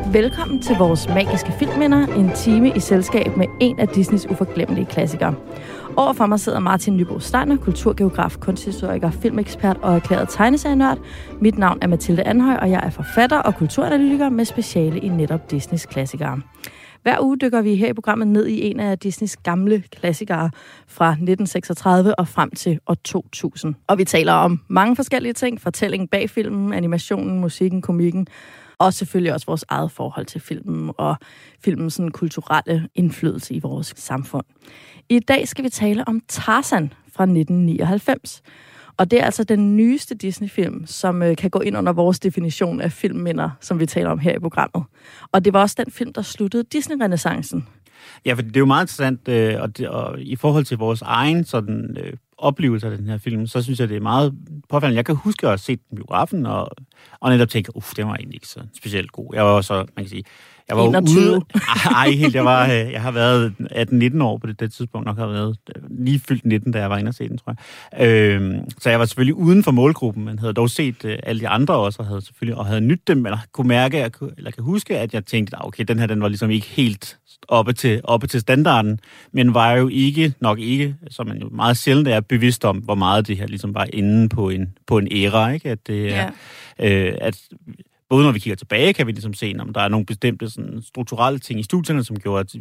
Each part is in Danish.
Velkommen til vores magiske filmminder, en time i selskab med en af Disneys uforglemmelige klassikere. Overfor mig sidder Martin Nybo Steiner, kulturgeograf, kunsthistoriker, filmekspert og erklæret tegneserienørd. Mit navn er Mathilde Anhøj, og jeg er forfatter og kulturanalytiker med speciale i netop Disneys klassikere. Hver uge dykker vi her i programmet ned i en af Disneys gamle klassikere fra 1936 og frem til år 2000. Og vi taler om mange forskellige ting, fortællingen bag filmen, animationen, musikken, komikken, og selvfølgelig også vores eget forhold til filmen og filmens sådan kulturelle indflydelse i vores samfund. I dag skal vi tale om Tarzan fra 1999. Og det er altså den nyeste Disney-film, som kan gå ind under vores definition af filmminder, som vi taler om her i programmet. Og det var også den film, der sluttede Disney-renæssancen. Ja, for det er jo meget interessant, og i forhold til vores egen sådan, oplevelse af den her film, så synes jeg, det er meget påfaldende. Jeg kan huske, at jeg har set den biografen, og netop tænke, den var egentlig ikke så specielt god. Jeg var også, man kan sige, jeg var 21. Ude. Ej, helt. Jeg har været 18-19 år på det tidspunkt, nok har været lige fyldt 19, da jeg var inde og se den, tror jeg. Så jeg var selvfølgelig uden for målgruppen, men havde dog set alle de andre også, og havde nydt dem, eller kunne mærke, eller kan huske, at jeg tænkte, okay, den her, den var ligesom ikke helt oppe til standarden, men var jo nok ikke, som man jo meget sjældent er bevidst om, hvor meget det her ligesom var inde på en æra, ikke? At det er, at både når vi kigger tilbage, kan vi ligesom se, om der er nogle bestemte sådan, strukturelle ting i studierne, som gjorde,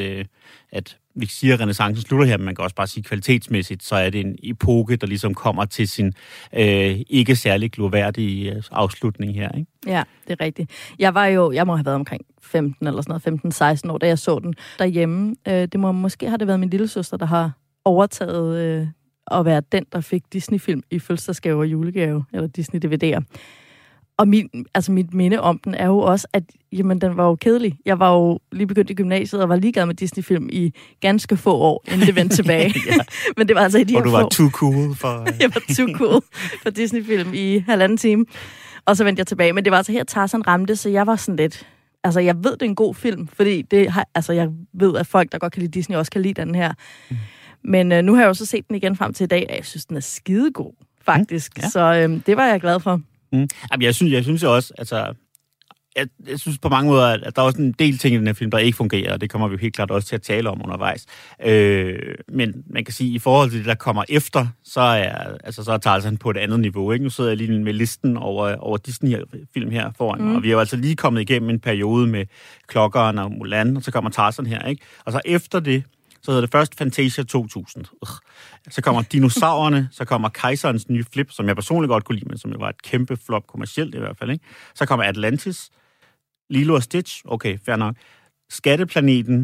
at vi siger, at renæssancen slutter her, men man kan også bare sige kvalitetsmæssigt, så er det en epoke, der ligesom kommer til sin ikke særlig gloværdige afslutning her, ikke? Ja, det er rigtigt. Jeg må have været omkring 15 eller sådan noget, 15-16 år, da jeg så den derhjemme. Måske har det været min lillesøster, der har overtaget at være den, der fik Disney-film i fødselsdagsgave og julegave, eller Disney-DVD'er. Og mit minde om den er jo også, at jamen, den var jo kedelig. Jeg var jo lige begyndt i gymnasiet og var ligeglad med Disney-film i ganske få år, inden det vendte tilbage. Men det var altså i de her få. Og du var too cool for... Jeg var too cool for Disney-film i 1,5 time. Og så vendte jeg tilbage. Men det var altså her, Tarzan ramte, så jeg var sådan lidt... Altså, jeg ved, det er en god film, fordi jeg ved, at folk, der godt kan lide Disney, også kan lide den her. Men nu har jeg jo så set den igen frem til i dag, og jeg synes, den er skidegod, faktisk. Ja. Så det var jeg glad for. Jeg synes også, altså, jeg synes på mange måder, at der er også en del ting i den her film, der ikke fungerer, og det kommer vi jo helt klart også til at tale om undervejs. Men man kan sige, at i forhold til det, der kommer efter, så er Tarzan på et andet niveau, ikke? Nu sidder jeg lige med listen over Disney-film her foran mig, og vi er jo altså lige kommet igennem en periode med Klokkeren og Mulan, og så kommer Tarzan her, ikke? Og så efter det, så hedder det først Fantasia 2000. Så kommer Dinosaurerne, så kommer Kejserens nye flip, som jeg personligt godt kunne lide, men som jo var et kæmpe flop kommercielt i hvert fald, ikke? Så kommer Atlantis, Lilo og Stitch, okay, fair nok. Skatteplaneten,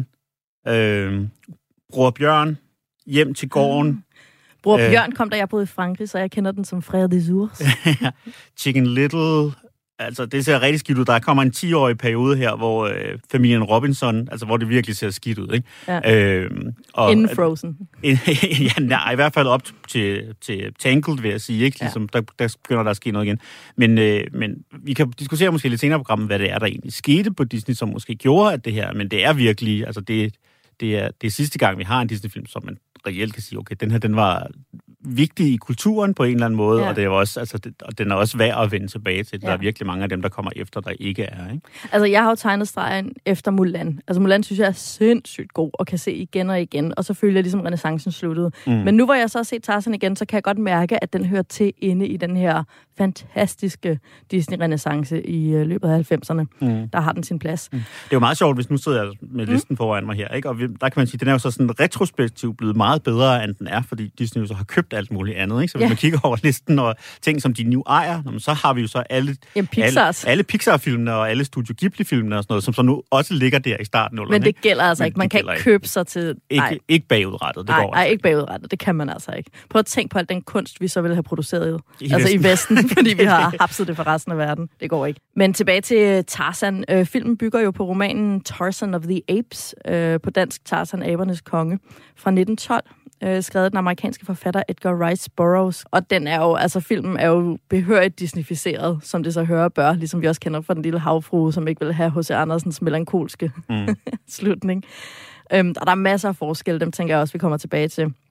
Bror Bjørn, Hjem til gården. Bror Bjørn kom, da jeg boede i Frankrig, så jeg kender den som Frère des Ours. Chicken Little. Altså, det ser rigtig skidt ud. Der kommer en 10-årig periode her, hvor familien Robinson, altså hvor det virkelig ser skidt ud, ikke? Ja. Inden Frozen. I hvert fald op til Tangled, vil jeg sige, ikke? Ligesom, der begynder der at ske noget igen. Men vi kan diskutere måske lidt senere i programmet, hvad det er, der egentlig skete på Disney, som måske gjorde at det her. Men det er virkelig, altså det er sidste gang, vi har en Disney-film, som man reelt kan sige, okay, den var vigtig i kulturen på en eller anden måde, og det er også, og den er også værd at vende tilbage til. Der er virkelig mange af dem, der kommer efter, der ikke er, ikke? Altså, jeg har jo tegnet stregen efter Mulan. Altså, Mulan synes jeg er sindssygt god, og kan se igen og igen, og så føler jeg ligesom renæssancen sluttede. Men nu hvor jeg så har set Tarzan igen, så kan jeg godt mærke, at den hører til inde i den her fantastiske Disney-renæssance i løbet af 90'erne. Der har den sin plads. Det er jo meget sjovt, hvis nu sidder jeg med listen foran mig her, ikke? Og der kan man sige, den er jo så sådan retrospektivt blevet meget bedre, end den er, fordi Disney jo så har købt alt muligt andet, ikke? Så hvis man kigger over listen og ting, som de nu ejer, så har vi jo så alle Pixar-filmene og alle Studio Ghibli-filmene og sådan noget, som så nu også ligger der i starten. Men det gælder altså ikke. Man kan ikke købe sig til... Ikke bagudrettet, det går altså. Nej, ikke bagudrettet. Det kan man altså ikke. Prøv at tænke på al den kunst, vi så ville have produceret i Vesten, fordi vi har hapset det for resten af verden. Det går ikke. Men tilbage til Tarzan. Filmen bygger jo på romanen Tarzan of the Apes, på dansk Tarzan, abernes konge, fra 1912. Skrevet af den amerikanske forfatter Edgar Rice Burroughs. Og den er jo, altså filmen er jo behørigt disneyficeret, som det så hører bør, ligesom vi også kender fra Den lille havfrue, som ikke vil have H.C. Andersens melankolske slutning. Der er masser af forskel, dem tænker jeg også, vi kommer tilbage til.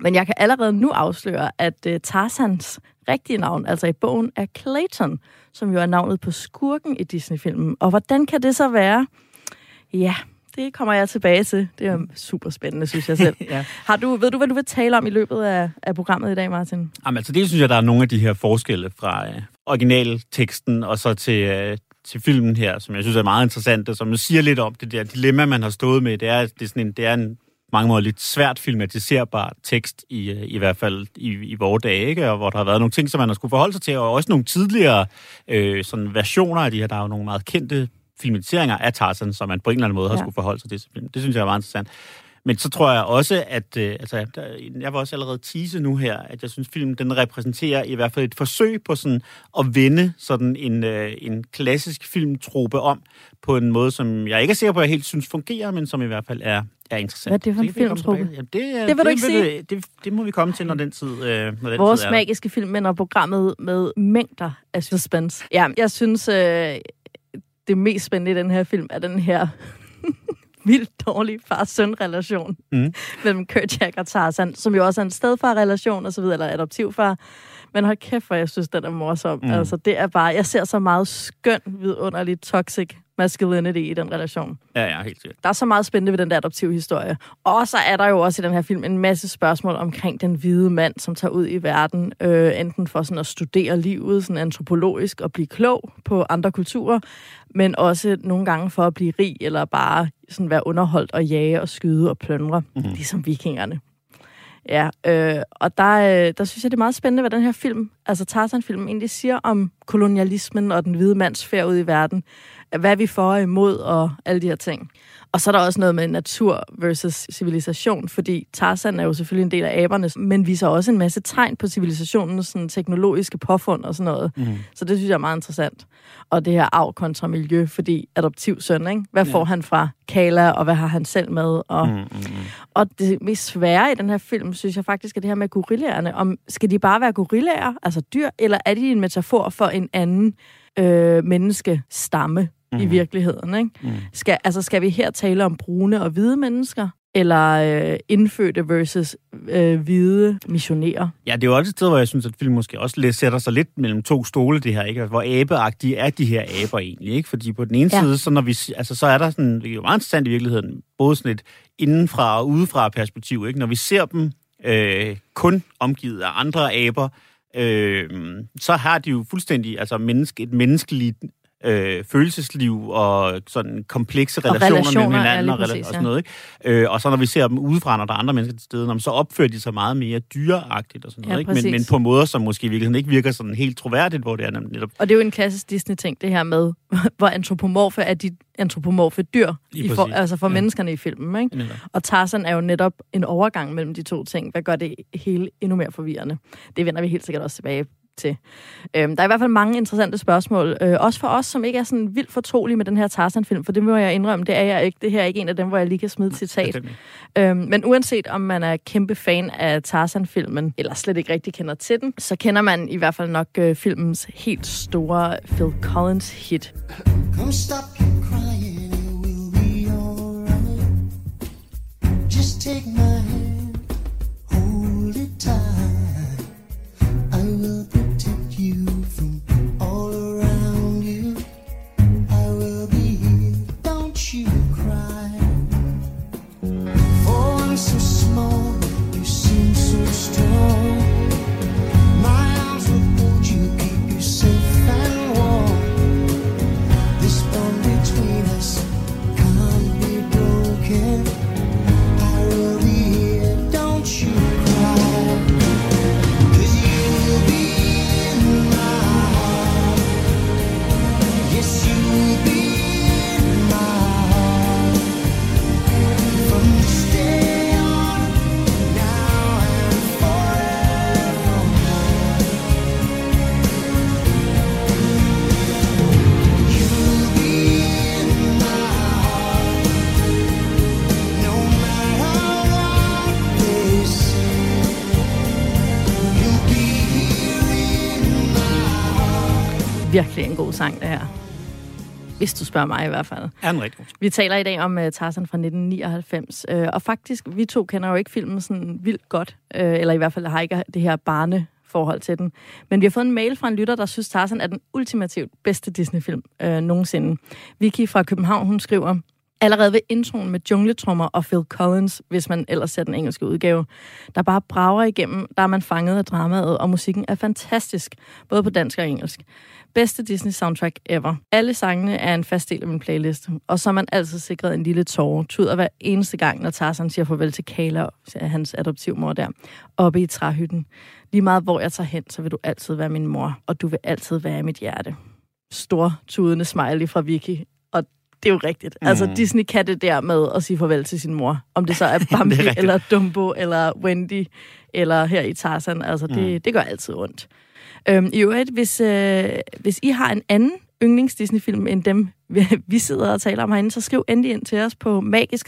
Men jeg kan allerede nu afsløre, at Tarzans rigtige navn, altså i bogen, er Clayton, som jo er navnet på skurken i Disney-filmen. Og hvordan kan det så være? Ja, det kommer jeg tilbage til. Det er super spændende, synes jeg selv. Ja. Ved du, hvad du vil tale om i løbet af programmet i dag, Martin? Jamen, altså det synes jeg, der er nogle af de her forskelle fra originalteksten og så til filmen her, som jeg synes er meget interessante, som siger lidt om det der dilemma, man har stået med. Det er en mange måder lidt svært filmatiserbar tekst, i hvert fald i vore dage, ikke? Og hvor der har været nogle ting, som man har skulle forholde sig til, og også nogle tidligere sådan versioner af de her. Der er jo nogle meget kendte filmatiseringer af Tarzan, som man på en eller anden måde har skulle forholde sig til. Det synes jeg er meget interessant. Men så tror jeg også, at jeg var også allerede tease nu her, at jeg synes, filmen den repræsenterer i hvert fald et forsøg på sådan at vende sådan en klassisk filmtrope om på en måde, som jeg ikke er sikker på, at jeg helt synes fungerer, men som i hvert fald er interessant. Hvad er det for en filmtrope? Det vil du ikke sige. Det må vi komme til, når den tid Vores magiske film og programmet med mængder af suspense. Ja, jeg synes, det mest spændende i den her film er den her vildt dårlig far-søn-relation mellem Kerchak og Tarzan, som jo også er en stedfar-relation og så videre, eller adoptivfar. Men hold kæft, hvor jeg synes, den er morsom. Altså, det er bare, jeg ser så meget skøn, vidunderligt toxic masculinity i den relation. Ja, helt sikkert. Der er så meget spændende ved den der adoptivhistorie. Og så er der jo også i den her film en masse spørgsmål omkring den hvide mand, som tager ud i verden, enten for sådan at studere livet sådan antropologisk og blive klog på andre kulturer, men også nogle gange for at blive rig, eller bare sådan være underholdt og jage og skyde og plyndre, ligesom vikingerne. Ja, og der synes jeg, det er meget spændende, hvad den her film, altså Tarzan-filmen, egentlig siger om kolonialismen og den hvide mands færd ud i verden. Hvad vi for og imod og alle de her ting. Og så er der også noget med natur versus civilisation, fordi Tarzan er jo selvfølgelig en del af aberne, men viser også en masse tegn på civilisationens sådan teknologiske påfund og sådan noget. Så det synes jeg er meget interessant. Og det her arv kontra miljø, fordi adoptivsøn, ikke? Hvad får han fra Kala, og hvad har han selv med? Og det mest svære i den her film, synes jeg faktisk, er det her med gorillaerne. Skal de bare være gorillaer, altså dyr, eller er de en metafor for en anden menneskestamme i virkeligheden, ikke? Skal vi her tale om brune og hvide mennesker, eller indfødte versus hvide missionærer? Ja, det er jo også et sted, hvor jeg synes, at film måske også sætter sig lidt mellem to stole, det her, ikke? Hvor abeagtige er de her aber egentlig, ikke? Fordi på den ene side, så når så er der sådan, det er jo meget interessant i virkeligheden, både sådan et indenfra og udefra perspektiv, ikke? Når vi ser dem kun omgivet af andre aber, så har de jo fuldstændig et menneskeligt følelsesliv og sådan komplekse relationer mellem hinanden og sådan noget, ikke? Og så når vi ser dem udefra, når der er andre mennesker til stede, så opfører de sig meget mere dyreagtigt og sådan noget, ikke? Men på måder, som måske i virkeligheden ikke virker sådan helt troværdigt, hvor det er netop. Og det er jo en klassisk Disney-ting, det her med, hvor antropomorfe er de antropomorfe dyr, for menneskerne i filmen, ikke? Og Tarzan er jo netop en overgang mellem de to ting, hvad gør det hele endnu mere forvirrende. Det vender vi helt sikkert også tilbage til. Der er i hvert fald mange interessante spørgsmål, også for os, som ikke er sådan vildt fortrolige med den her Tarzan-film, for det må jeg indrømme, det er jeg ikke. Det her er ikke en af dem, hvor jeg lige kan smide et citat. Men uanset om man er kæmpe fan af Tarzan-filmen, eller slet ikke rigtig kender til den, så kender man i hvert fald nok filmens helt store Phil Collins hit. Come stop your crying, it will be alright. Just take my hand, hold it tight. I will protect you from all around you. I will be here, don't you cry. For I'm so small, you seem so strong. My arms will hold you, keep you safe and warm. This bond between us can't be broken. I will be here, don't you cry. 'Cause you'll be in my heart. Yes, you'll be in my heart. From this day on, now and forevermore. You'll be in my heart. No matter what they say. You'll be here in my heart. Virkelig en god sang, det her. hvis du spørger mig i hvert fald. Er den rigtig? Vi taler i dag om Tarzan fra 1999, og faktisk, vi to kender jo ikke filmen sådan vildt godt, eller i hvert fald har ikke det her barneforhold til den. Men vi har fået en mail fra en lytter, der synes, Tarzan er den ultimativt bedste Disney-film nogensinde. Vicky fra København, hun skriver: allerede ved introen med jungletrummer og Phil Collins, hvis man ellers ser den engelske udgave, der bare brager igennem, der er man fanget af dramaet, og musikken er fantastisk, både på dansk og engelsk. Bedste Disney-soundtrack ever. Alle sangene er en fast del af min playlist, og så er man altid sikret en lille tåre, tuder hver eneste gang, når Tarzan siger farvel til Kala, hans adoptivmor der, oppe i træhytten. Lige meget hvor jeg tager hen, så vil du altid være min mor, og du vil altid være i mit hjerte. Stor tudende smiley fra Vicky. Det er jo rigtigt. Altså, Disney kan det der med at sige farvel til sin mor. Om det så er Bambi, eller Dumbo, eller Wendy, eller her i Tarzan. Altså, det gør altid ondt. I øvrigt, hvis I har en anden yndlings-Disney-film end dem, vi sidder og taler om herinde, så skriv endelig ind til os på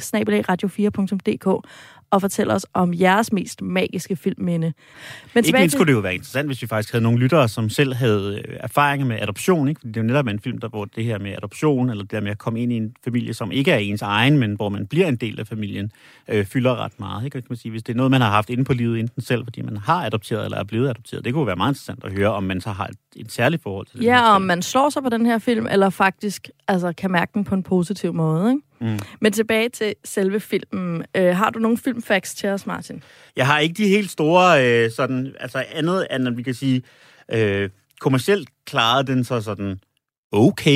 magisk@radio4.dk og fortæl os om jeres mest magiske filmminde. Men ikke mindst skulle det jo være interessant, hvis vi faktisk havde nogle lyttere, som selv havde erfaringer med adoption, ikke? Fordi det er jo netop en film, hvor det her med adoption, eller det der med at komme ind i en familie, som ikke er ens egen, men hvor man bliver en del af familien, fylder ret meget. Ikke? Kan man sige, hvis det er noget, man har haft inde på livet enten selv, fordi man har adopteret eller er blevet adopteret, det kunne være meget interessant at høre, om man så har et særligt forhold til det. Ja, om man slår sig på den her film, eller faktisk kan mærke den på en positiv måde, ikke? Men tilbage til selve filmen. Har du nogle filmfacts til os, Martin? Jeg har ikke de helt store, andet end at vi kan sige, kommercielt klarede den så sådan okay.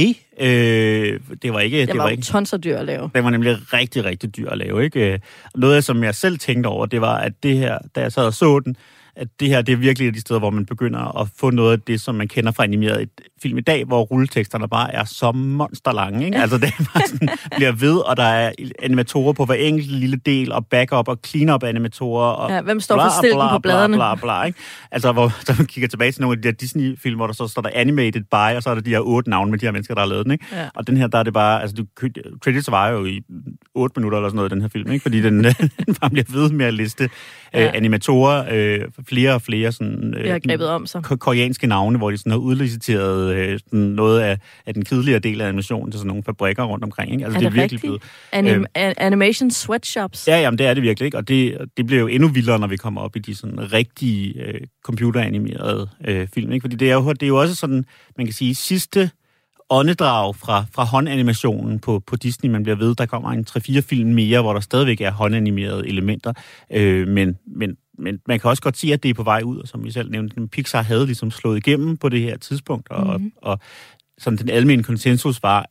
Det var ikke... Det var ikke tons af dyr at lave. Det var nemlig rigtig, rigtig dyr at lave, ikke? Noget, som jeg selv tænkte over, det var, at det her, da jeg sad og så den, at det her, det er virkelig et af de steder, hvor man begynder at få noget af det, som man kender fra animeret film i dag, hvor rulleteksterne bare er så monsterlange, ikke? Ja. Altså, det bare sådan, bliver ved, og der er animatorer på hver enkelt lille del, og backup og clean-up animatorer. Og ja, hvem står for stilken på bladene? Bla, bla, bla, ikke? Altså, hvor så man kigger tilbage til nogle af de der Disney-film, hvor der så står der animated by, og så er der de her 8 navne med de her mennesker, der har lavet den, ikke? Ja. Og den her, der er det bare, altså, credits var jo i 8 minutter eller sådan noget, den her film, ikke? Fordi den bare bliver ved med at liste animatorer, flere og flere sådan koreanske navne, hvor de sådan har udliciteret sådan noget af den kedeligere del af animationen til sådan nogle fabrikker rundt omkring. Ikke? Altså, er det virkelig blevet animation sweatshops? Ja, jamen det er det virkelig, ikke? Og det bliver jo endnu vildere, når vi kommer op i de sådan rigtige computeranimerede film, ikke? Fordi det er jo også sådan, man kan sige, sidste åndedrag fra håndanimationen på Disney. Man bliver ved, der kommer en 3-4 film mere, hvor der stadigvæk er håndanimerede elementer. Men man kan også godt sige, at det er på vej ud, og som vi selv nævnte, Pixar havde ligesom slået igennem på det her tidspunkt, og sådan den almene konsensus var,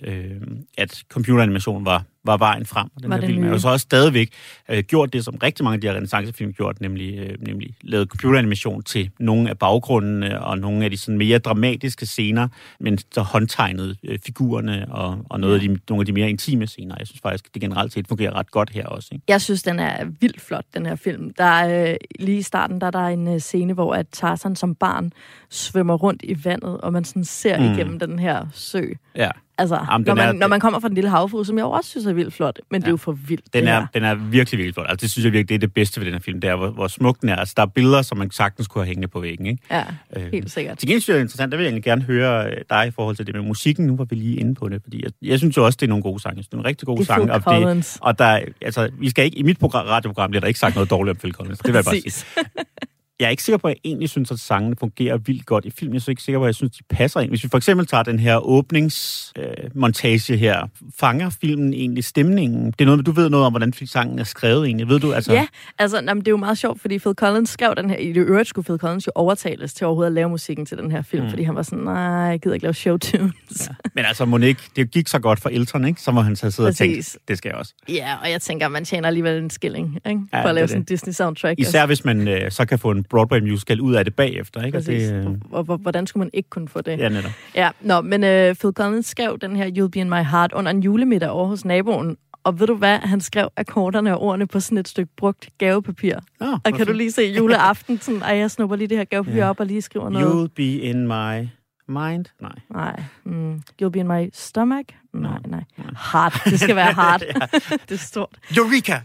at computeranimation var vejen frem. Den her film har jo så også stadigvæk gjort det, som rigtig mange af de her renæssancefilm gjort, nemlig lavet computeranimation til nogle af baggrundene og nogle af de sådan mere dramatiske scener, men så håndtegnede figurerne og nogle af de mere intime scener. Jeg synes faktisk, det generelt set fungerer ret godt her også. Ikke? Jeg synes, den er vildt flot, den her film. Der er lige i starten, der er en scene, hvor at Tarzan som barn svømmer rundt i vandet, og man sådan ser igennem den her sø. Ja. Altså, når man kommer fra den lille havfrue, som jeg også synes er vildt flot, men det er jo for vildt. Den er virkelig, virkelig flot. Altså, det synes jeg virkelig, det er det bedste ved den her film. Det er, hvor smuk den er. Altså, der er billeder, som man sagtens kunne have hængende på væggen, ikke? Ja, helt sikkert. Til gengæld synes jeg, det er interessant. Der vil jeg egentlig gerne høre dig i forhold til det med musikken. Nu var vi lige inde på det, fordi jeg synes jo også, det er nogle gode sange. Det er nogle rigtig gode sange. Og der, altså, vi skal ikke, i mit radioprogram bliver der ikke sagt noget dårligt om Phil Collins. Det vil jeg bare sige. Jeg er ikke sikker på, at jeg egentlig synes, at sangene fungerer vildt godt i filmen. Jeg er ikke sikker på, at jeg synes, de passer ind. Hvis vi for eksempel tager den her åbningsmontage her, fanger filmen egentlig stemningen? Det er noget, du ved noget om, hvordan sangen er skrevet egentlig. Ved du, altså? Ja, altså det er jo meget sjovt, fordi Phil Collins skrev den her. I det øvrigt skulle Phil Collins jo overtales til overhovedet at lave musikken til den her film, fordi han var sådan, nej, jeg gider ikke lave showtunes. Ja. Men altså, Monique, det gik så godt for Elton, ikke? Så må han så sidde og tænke, det skal jeg også. Ja, og jeg tænker, man tjener alligevel en skilling, ikke? For at lave sådan en Disney-soundtrack. Især hvis man så kan få en Broadway musical ud af det bagefter, ikke? Og hvordan skulle man ikke kunne få det? Ja, netop. Ja, men Phil Collins skrev den her You'll Be In My Heart under en julemiddag over hos naboen, og ved du hvad? Han skrev akkorderne og ordene på sådan et stykke brugt gavepapir. Og kan du lige se juleaften, sådan, jeg snupper lige det her gavepapir op og lige skriver noget. You'll be in my mind? Nej. You'll be in my stomach? Nej. Heart. Det skal være heart. Det er stort. Eureka!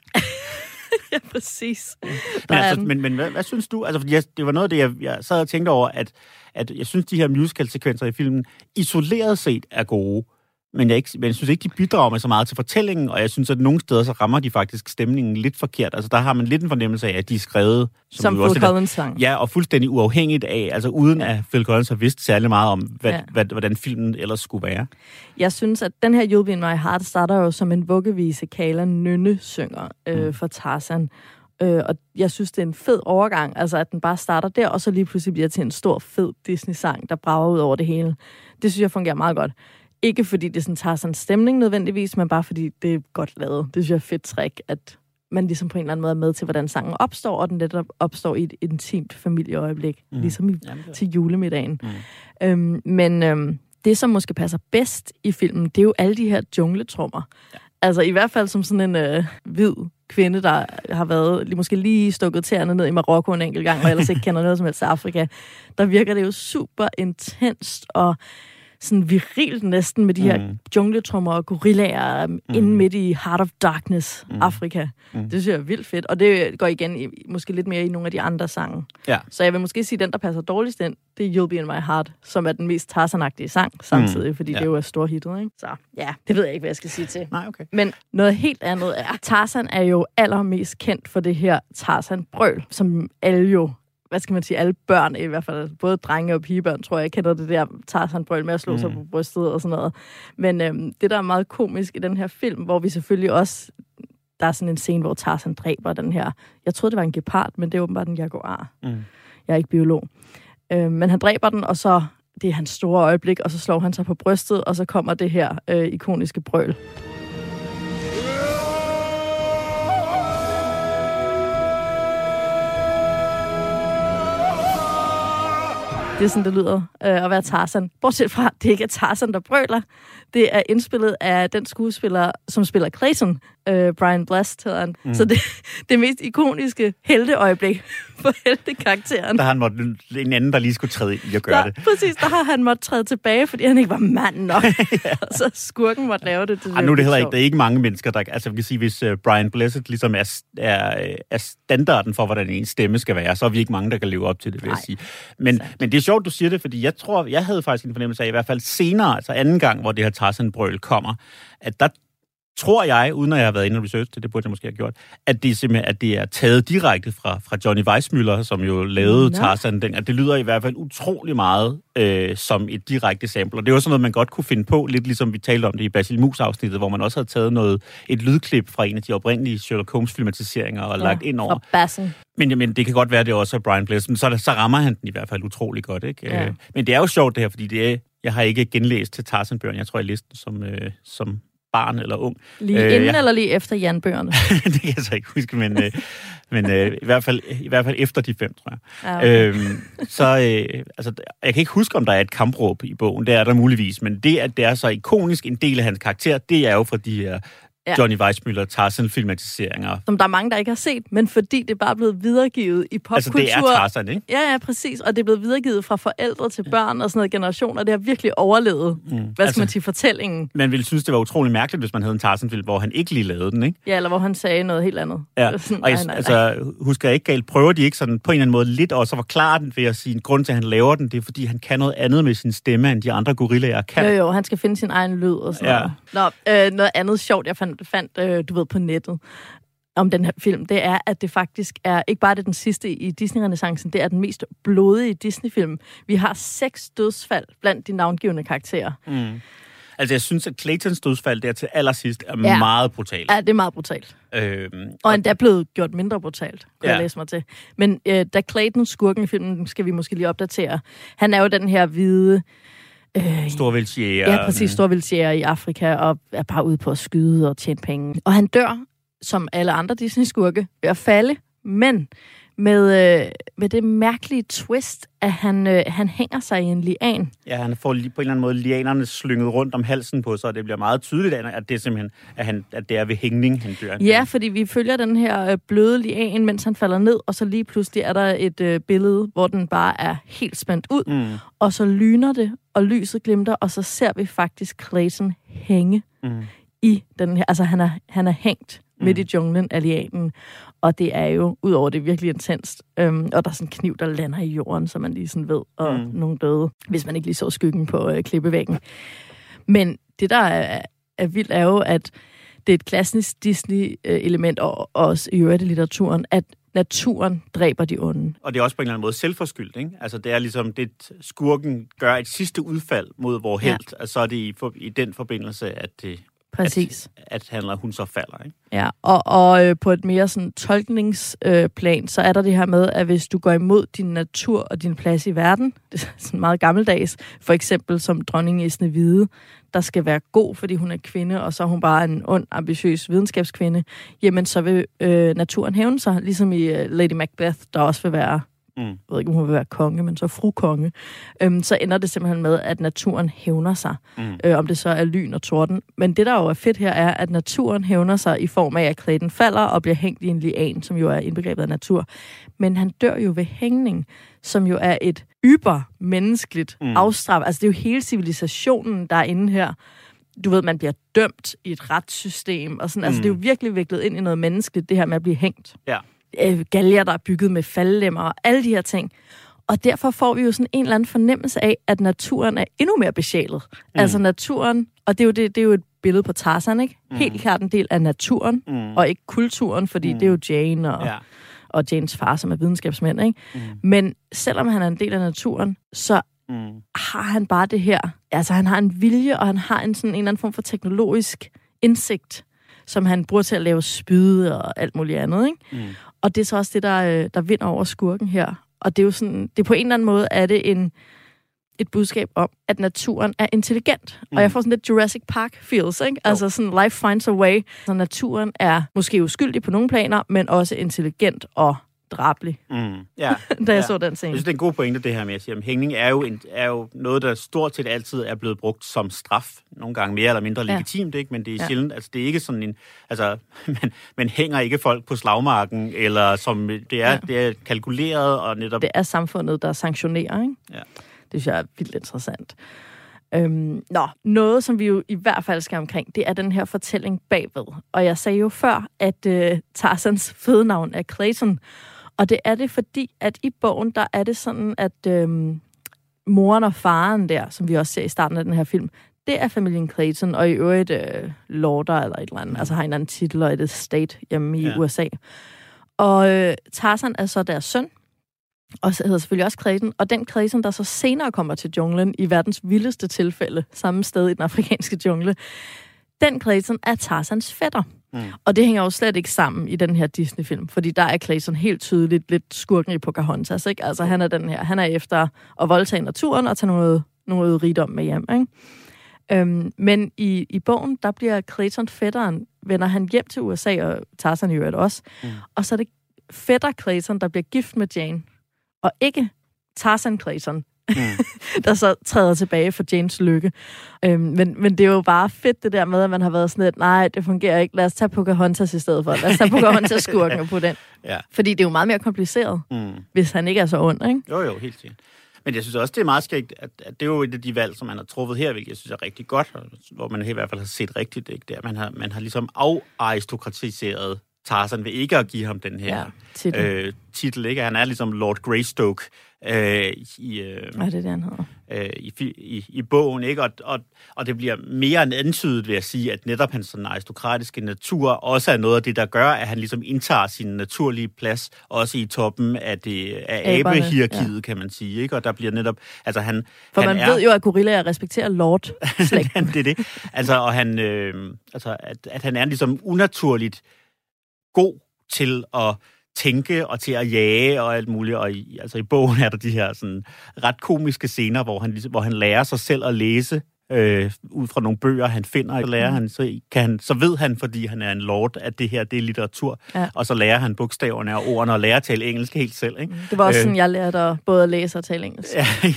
Ja, præcis. Men hvad synes du? Altså, fordi det var noget af det, jeg sad og tænkte over, at jeg synes, de her musical-sekvenser i filmen isoleret set er gode. men jeg synes ikke, de bidrager med så meget til fortællingen, og jeg synes, at nogle steder, så rammer de faktisk stemningen lidt forkert. Altså, der har man lidt en fornemmelse af, at de er skrevet... Som Phil Collins sang. Ja, og fuldstændig uafhængigt af, altså uden at Phil Collins har vidst særlig meget om, hvordan filmen ellers skulle være. Jeg synes, at den her You'll Be In My Heart starter jo som en vuggevise, Kala Nynne synger for Tarzan. Og jeg synes, det er en fed overgang, altså at den bare starter der, og så lige pludselig bliver til en stor, fed Disney-sang, der brager ud over det hele. Det synes jeg fungerer meget godt. Ikke fordi det sådan tager sådan en stemning nødvendigvis, men bare fordi det er godt lavet. Det synes jeg er fedt trick, at man ligesom på en eller anden måde er med til, hvordan sangen opstår, og den netop opstår i et intimt familieøjeblik, ligesom til julemiddagen. Men det, som måske passer bedst i filmen, det er jo alle de her jungletrummer. Ja. Altså i hvert fald som sådan en hvid kvinde, der har været måske lige stukket tæerne ned i Marokko en enkelt gang, og ellers ikke kender noget som helst af Afrika. Der virker det jo super intenst og sådan virilt næsten med de her jungletrummer og gorillaer inde midt i Heart of Darkness, Afrika. Det synes jeg er vildt fedt, og det går igen måske lidt mere i nogle af de andre sange. Ja. Så jeg vil måske sige, at den, der passer dårligst ind, det er You'll Be In My Heart, som er den mest Tarzan-agtige sang samtidig, fordi det jo er storhittet, ikke? Så ja, det ved jeg ikke, hvad jeg skal sige til. Nej, okay. Men noget helt andet er, Tarzan er jo allermest kendt for det her Tarzan-brøl, som alle jo, hvad skal man sige, alle børn i hvert fald, både drenge og pigebørn, tror jeg, kender det der Tarzan-brøl med at slå sig på brystet og sådan noget. Men det, der er meget komisk i den her film, hvor vi selvfølgelig også, der er sådan en scene, hvor Tarzan dræber den her, jeg troede, det var en gepard, men det er åbenbart en jaguar. Jeg er ikke biolog. Men han dræber den, og så, det er hans store øjeblik, og så slår han sig på brystet, og så kommer det her ikoniske brøl. Det er sådan, det lyder at være Tarzan. Bortset fra, det ikke er Tarzan, der brøler. Det er indspillet af den skuespiller, som spiller Clayton, Brian Blast hedder han. Så det mest ikoniske helteøjeblik for heltekarakteren. Der har han måttet en anden, der lige skulle træde ind i at gøre det. Præcis, der har han måttet træde tilbage, fordi han ikke var mand nok. Og så skurken måtte lave det. Nu er det heller ikke, der er ikke mange mennesker, der... Altså, vi kan sige, hvis Brian Blessed ligesom er standarden for, hvordan en stemme skal være, så er vi ikke mange, der kan leve op til det, vil jeg sige. Men det er sjovt, du siger det, fordi jeg havde faktisk en fornemmelse af, i hvert fald senere, altså anden gang, hvor det her Tarzan-brøl kommer, at der tror jeg, uden at jeg har været inde og research det burde jeg måske have gjort, at det simpelthen at det er taget direkte fra Johnny Weissmuller, som jo lavede Tarzan den, at det lyder i hvert fald utrolig meget som et direkte sample. Og det er også noget, man godt kunne finde på, lidt ligesom vi talte om det i Basil Mus-afsnittet, hvor man også havde taget et lydklip fra en af de oprindelige Sherlock Holmes-filmatiseringer og lagt ind over. Fra Bassen. Men det kan godt være, det også er Brian Blessed, men så rammer han den i hvert fald utrolig godt, ikke? Ja. Men det er jo sjovt det her, fordi jeg har ikke genlæst til Tarzan-bøgerne. Jeg tror, jeg læste den som barn eller ung. Lige inden eller lige efter Jan-bøgerne? Det kan jeg så ikke huske, men i hvert fald efter de 5, tror jeg. Okay. Jeg kan ikke huske, om der er et kampråb i bogen. Det er der muligvis, men det, at det er så ikonisk en del af hans karakter, det er jo fra de her Johnny Weissmuller Tarzan-filmatiseringer. Som der er mange, der ikke har set, men fordi det bare er blevet videregivet i popkultur. Altså, det er Tarzan, ikke? Ja, præcis. Og det er blevet videregivet fra forældre til børn og sådan noget generationer. Det har virkelig overlevet, hvad skal man sige, fortællingen. Man ville synes, det var utrolig mærkeligt, hvis man havde en Tarzan-film, hvor han ikke lige lavede den, ikke? Ja, eller hvor han sagde noget helt andet. Ja, og husker jeg ikke galt, prøver de ikke sådan på en eller anden måde lidt også at forklare den ved at sige, en grund til, at han laver den, det er, fordi han kan noget andet med sin stemme, end de andre gorillaer kan. Jo, han skal finde sin egen lyd og sådan noget. Noget andet sjovt, jeg fandt du ved, på nettet om den her film, det er, at det faktisk er, ikke bare det den sidste i Disney-renæssancen, det er den mest blodige Disney-film. Vi har 6 dødsfald blandt de navngivende karakterer. Altså, jeg synes, at Claytons dødsfald der til allersidst er meget brutalt. Ja, det er meget brutalt. Og endda blevet gjort mindre brutalt, kunne jeg læse mig til. Men da Clayton, skurken i filmen, skal vi måske lige opdatere, han er jo den her hvide storvildtjæger. Ja, præcis, storvildtjæger i Afrika, og er bare ude på at skyde og tjene penge. Og han dør, som alle andre Disney-skurke, ved at falde, men med det mærkelige twist, at han hænger sig i en lian. Ja, han får på en eller anden måde lianerne slynget rundt om halsen på sig, og det bliver meget tydeligt, at det er simpelthen, at det er ved hængning, han dør. Ja, fordi vi følger den her bløde lian, mens han falder ned, og så lige pludselig er der et billede, hvor den bare er helt spændt ud, og så lyner det, og lyset glimter, og så ser vi faktisk Clayton hænge i den her. Altså, han er hængt midt i junglen af lianen, og det er jo, udover det, virkelig intenst. Og der er sådan en kniv, der lander i jorden, så man lige sådan ved, og nogle døde, hvis man ikke lige så skyggen på klippevæggen. Men det, der er vildt, er jo, at det er et klassisk Disney-element, og også i øvrigt i litteraturen, at naturen dræber de onde. Og det er også på en eller anden måde selvforskyldt, ikke? Altså, det er ligesom, det skurken gør et sidste udfald mod vor helt, og så er det i den forbindelse, at det... Præcis. At hun så falder, ikke? Ja, og på et mere sådan tolkningsplan, så er der det her med, at hvis du går imod din natur og din plads i verden, det er sådan meget gammeldags, for eksempel som dronningen i Snehvide, der skal være god, fordi hun er kvinde, og så er hun bare en ond, ambitiøs videnskabskvinde, jamen så vil naturen hævne sig, ligesom i Lady Macbeth, der også vil være... Jeg ved ikke, om hun vil være konge, men så fru konge. Så ender det simpelthen med, at naturen hævner sig. Om det så er lyn og torden. Men det, der jo er fedt her, er, at naturen hævner sig i form af, at Clayton falder og bliver hængt i en lian, som jo er indbegrebet af natur. Men han dør jo ved hængning, som jo er et menneskeligt afstraf. Altså, det er jo hele civilisationen, der er inde her. Du ved, man bliver dømt i et retssystem, og sådan. Altså, det er jo virkelig viklet ind i noget menneskeligt, det her med at blive hængt. Ja. Galger, der er bygget med faldlemmer og alle de her ting. Og derfor får vi jo sådan en eller anden fornemmelse af, at naturen er endnu mere besjælet. Altså naturen, og det er jo et billede på Tarzan, ikke? Helt klart en del af naturen, og ikke kulturen, fordi det er jo Jane og Janes far, som er videnskabsmænd, ikke? Men selvom han er en del af naturen, så har han bare det her. Altså han har en vilje, og han har en eller anden form for teknologisk indsigt, som han bruger til at lave spyde og alt muligt andet, ikke? Og det er så også det, der vinder over skurken her. Og det er jo sådan, det er på en eller anden måde, er det et budskab om, at naturen er intelligent. Og jeg får sådan lidt Jurassic Park feels, ikke? Altså sådan life finds a way. Så naturen er måske uskyldig på nogle planer, men også intelligent og drabelig. Da jeg så den scene. Jeg synes, det er en god pointe, det her med at sige, at hængning er jo noget, der stort set altid er blevet brugt som straf. Nogle gange mere eller mindre legitimt, ikke? Men det er sjældent, altså det er ikke sådan en, altså man hænger ikke folk på slagmarken, eller som, det er kalkuleret og netop... Det er samfundet, der sanktionerer, ikke? Ja. Det synes jeg er vildt interessant. Noget, som vi jo i hvert fald skal omkring, det er den her fortælling bagved. Og jeg sagde jo før, at Tarzans fødenavn er Clayton. Og det er det, fordi at i bogen, der er det sådan, at moren og faren der, som vi også ser i starten af den her film, det er familien Clayton, og i øvrigt lorder eller et eller andet, altså har en anden titel og et estate hjemme i USA. Og Tarzan er så deres søn, og hedder selvfølgelig også Clayton, og den Clayton, der så senere kommer til junglen i verdens vildeste tilfælde, samme sted i den afrikanske jungle, den Clayton er Tarzans fætter. Og det hænger jo slet ikke sammen i den her Disney-film, fordi der er Clayton helt tydeligt lidt skurken i Pocahontas, ikke? Altså han er efter at voldtage naturen og tage noget rigdom med hjem, ikke? Men i bogen, der bliver Clayton fætteren, vender han hjem til USA, og Tarzan i øvrigt også, og så er det fætter Clayton, der bliver gift med Jane, og ikke Tarzan Clayton, der så træder tilbage for Janes lykke. Men det er jo bare fedt det der med, at man har været sådan lidt, nej, det fungerer ikke, lad os tage Pocahontas i stedet for. Lad os tage Pocahontas-skurken på den. Ja. Fordi det er jo meget mere kompliceret, hvis han ikke er så ond, ikke? Jo, helt sikkert. Men jeg synes også, det er meget skægt, at det er jo et af de valg, som man har truffet her, hvilket jeg synes er rigtig godt, hvor man i hvert fald har set rigtigt, ikke? Der man har ligesom afaristokratiseret Tarzan ved ikke at give ham den her titel, ikke? Han er ligesom Lord Greystoke det han i bogen, ikke? Og det bliver mere end antydet ved at sige, at netop hans sådan aristokratiske natur også er noget af det, der gør, at han ligesom indtager sin naturlige plads, også i toppen af abehierarkiet, kan man sige, ikke? Og der bliver netop, altså man ved jo, at gorillaer respekterer lord-slægten. Det er det. Altså, og han, at han er ligesom unaturligt god til at tænke og til at jage og alt muligt. Og i bogen er der de her sådan ret komiske scener, hvor han lærer sig selv at læse ud fra nogle bøger, han finder. Så lærer han, så ved han, fordi han er en lord, at det her, det er litteratur. Ja. Og så lærer han bogstaverne og ordene og lærer at tale engelsk helt selv. Ikke? Det var også sådan, jeg lærte både at læse og tale engelsk.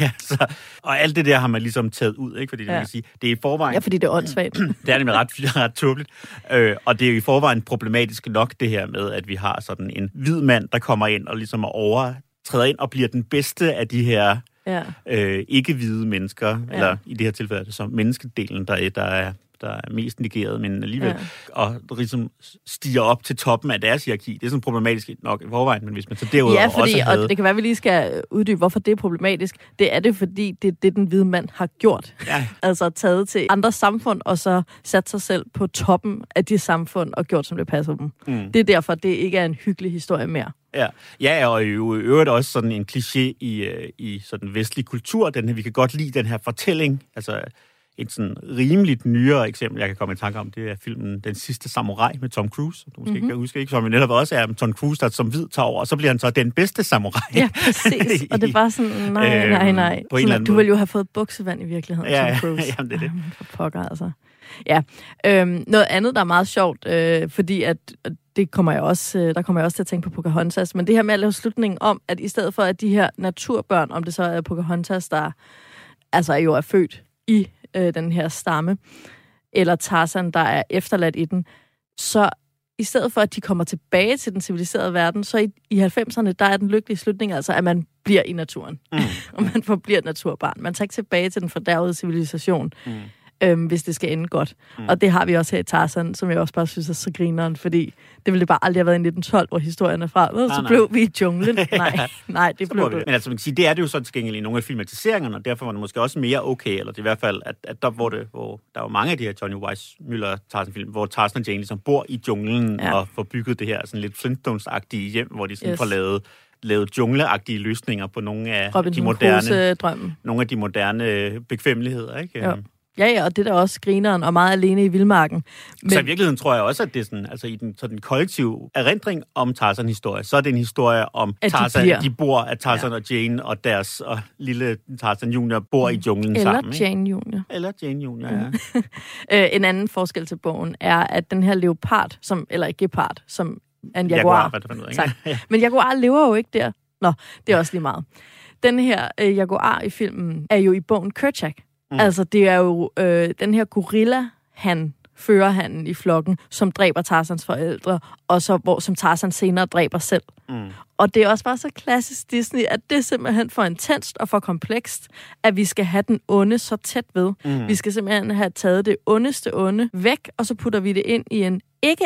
Og alt det der har man ligesom taget ud, ikke? Fordi det vil sige, det er i forvejen... Ja, fordi det er åndssvagt. Det er nemlig ret tåbeligt. Og det er jo i forvejen problematisk nok, det her med, at vi har sådan en hvid mand, der kommer ind og ligesom træder ind og bliver den bedste af de her ikke-hvide mennesker, eller i det her tilfælde er det så menneskedelen, der der er mest negeret, men alligevel, og ligesom stiger op til toppen af deres hierarki. Det er sådan problematisk nok i forvejen, men hvis man så derudover også havde... og det kan være, at vi lige skal uddybe, hvorfor det er problematisk. Det er det, fordi det er det, den hvide mand har gjort. Ja. Altså taget til andre samfund, og så sat sig selv på toppen af de samfund, og gjort, som det passer dem. Det er derfor, det ikke er en hyggelig historie mere. Ja, og i øvrigt også sådan en kliché i sådan vestlig kultur. Vi kan godt lide den her fortælling. Altså et sådan rimeligt nyere eksempel, jeg kan komme i tanke om, det er filmen Den sidste samurai med Tom Cruise. Du måske ikke huske, ikke, som jo netop også er Tom Cruise, der som hvid tager over, og så bliver han så den bedste samurai. Ja, præcis. Og det er bare sådan, nej. På sådan, du ville jo have fået buksevand i virkeligheden, Tom Cruise. Jamen, det er det. For pokker, altså. Ja. Noget andet, der er meget sjovt, fordi at der kommer jeg også til at tænke på Pocahontas, men det her med at lave slutningen om, at i stedet for, at de her naturbørn, om det så er Pocahontas, der altså jo er født i den her stamme, eller Tarzan, der er efterladt i den, så i stedet for, at de kommer tilbage til den civiliserede verden, så i 90'erne, der er den lykkelige slutning, altså at man bliver i naturen. Og man forbliver et naturbarn. Man tager ikke tilbage til den fordærvede civilisation. Hvis det skal ende godt. Og det har vi også her i Tarzan, som jeg også bare synes er så grineren, fordi det ville bare aldrig have været i 1912, hvor historien er fra. Så blev vi i junglen. Nej, det blev det. Men altså, man kan sige, det er det jo så tilgængeligt i nogle af filmatiseringerne, og derfor var det måske også mere okay, eller det er i hvert fald, at der, hvor der var mange af de her Johnny Weissmuller Tarzan-film, hvor Tarzan og Jane ligesom bor i junglen og får bygget det her sådan lidt Flintstones-agtige hjem, hvor de sådan får lavet jungleagtige løsninger på nogle af de moderne bekvemmeligheder, ikke? Jo. Ja, og det der også grineren og meget alene i vildmarken. Men... Så i virkeligheden tror jeg også, at det er sådan, altså i den kollektive erindring om Tarzan-historie, så er det en historie om Tarzan, at de bor, at Tarzan og Jane og deres lille Tarzan Junior bor i junglen sammen. Eller Jane Junior, ja. En anden forskel til bogen er, at den her leopard, eller gepard, som er en jaguar. Men jaguar lever jo ikke der. Nå, det er også lige meget. Den her jaguar i filmen er jo i bogen Kerchak. Altså, det er jo den her gorilla, førerhannen i flokken, som dræber Tarzans forældre, og som Tarzan senere dræber selv. Og det er også bare så klassisk Disney, at det er simpelthen for intenst og for komplekst, at vi skal have den onde så tæt ved. Vi skal simpelthen have taget det ondeste onde væk, og så putter vi det ind i et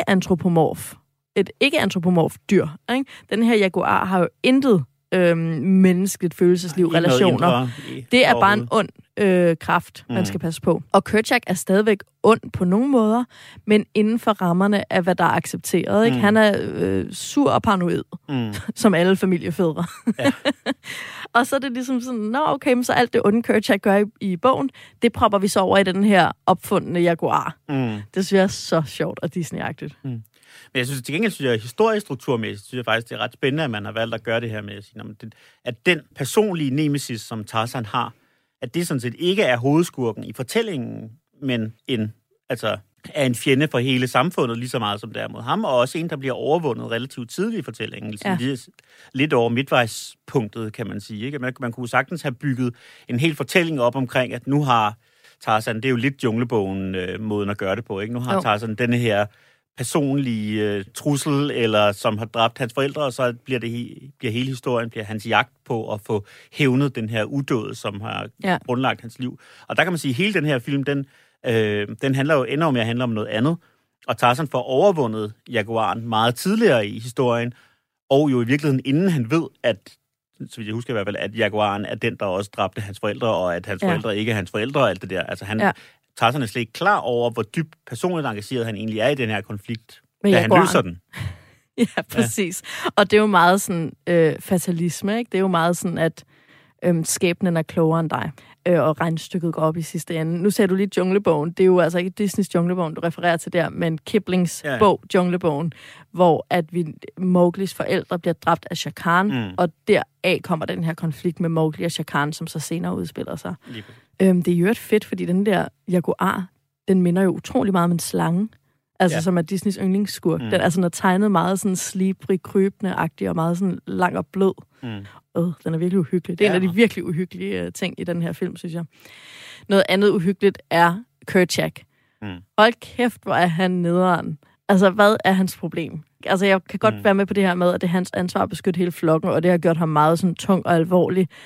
ikke-antropomorf dyr. Ikke? Den her jaguar har jo intet menneskeligt følelsesliv, relationer. Det er bare en ond kraft, man skal passe på. Og Kerchak er stadigvæk ond på nogle måder, men inden for rammerne af, hvad der er accepteret. Ikke? Han er sur og paranoid, som alle familiefædre. Ja. Og så er det ligesom sådan, okay, men så alt det onde Kerchak gør i bogen, det propper vi så over i den her opfundne jaguar. Det synes jeg er så sjovt og Disney-agtigt. Men jeg synes til gengæld, at historiestrukturmæssigt, synes jeg faktisk, det er ret spændende, at man har valgt at gøre det her med at sige, at den personlige nemesis, som Tarzan har, at det sådan set ikke er hovedskurken i fortællingen, men er en fjende for hele samfundet, lige så meget som det er mod ham, og også en, der bliver overvundet relativt tidligt i fortællingen. Ligesom lidt over midtvejspunktet, kan man sige. Ikke? Man kunne sagtens have bygget en hel fortælling op omkring, at nu har Tarzan, det er jo lidt junglebogen måden at gøre det på, ikke? Nu har Tarzan denne her personlige trussel, eller som har dræbt hans forældre, og så bliver hele historien, bliver hans jagt på at få hævnet den her udåd, som har grundlagt hans liv. Og der kan man sige, at hele den her film, den handler jo endnu mere handler om noget andet. Og Tarzan får overvundet jaguaren meget tidligere i historien, og jo i virkeligheden inden han ved, at, så vidt jeg husker i hvert fald, at jaguaren er den, der også dræbte hans forældre, og at hans forældre ikke er hans forældre, og alt det der. Altså Tarzan er slet ikke klar over, hvor dybt personligt engageret han egentlig er i den her konflikt, da han løser den. Ja, præcis. Ja. Og det er jo meget sådan fatalisme, ikke? Det er jo meget sådan, at skæbnen er klogere end dig, og regnstykket går op i sidste ende. Nu ser du lige Junglebogen. Det er jo altså ikke Disneys Junglebogen, du refererer til der, men Kiplings bog, Junglebogen, hvor at Mowglis forældre bliver dræbt af Shere Khan, og deraf kommer den her konflikt med Mowgli og Shere Khan, som så senere udspiller sig. Det er jo fedt, fordi den der jaguar, den minder jo utrolig meget om en slange. Altså, som er Disneys yndlingsskurk. Den er tegnet meget sådan slibrig, krybende-agtig, og meget sådan lang og blød. Den er virkelig uhyggelig. Det er en af de virkelig uhyggelige ting i den her film, synes jeg. Noget andet uhyggeligt er Kerchak. Hold kæft, hvor er han nederen. Altså, hvad er hans problem? Altså, jeg kan godt være med på det her med, at det er hans ansvar at beskytte hele flokken, og det har gjort ham meget sådan tung og alvorlig.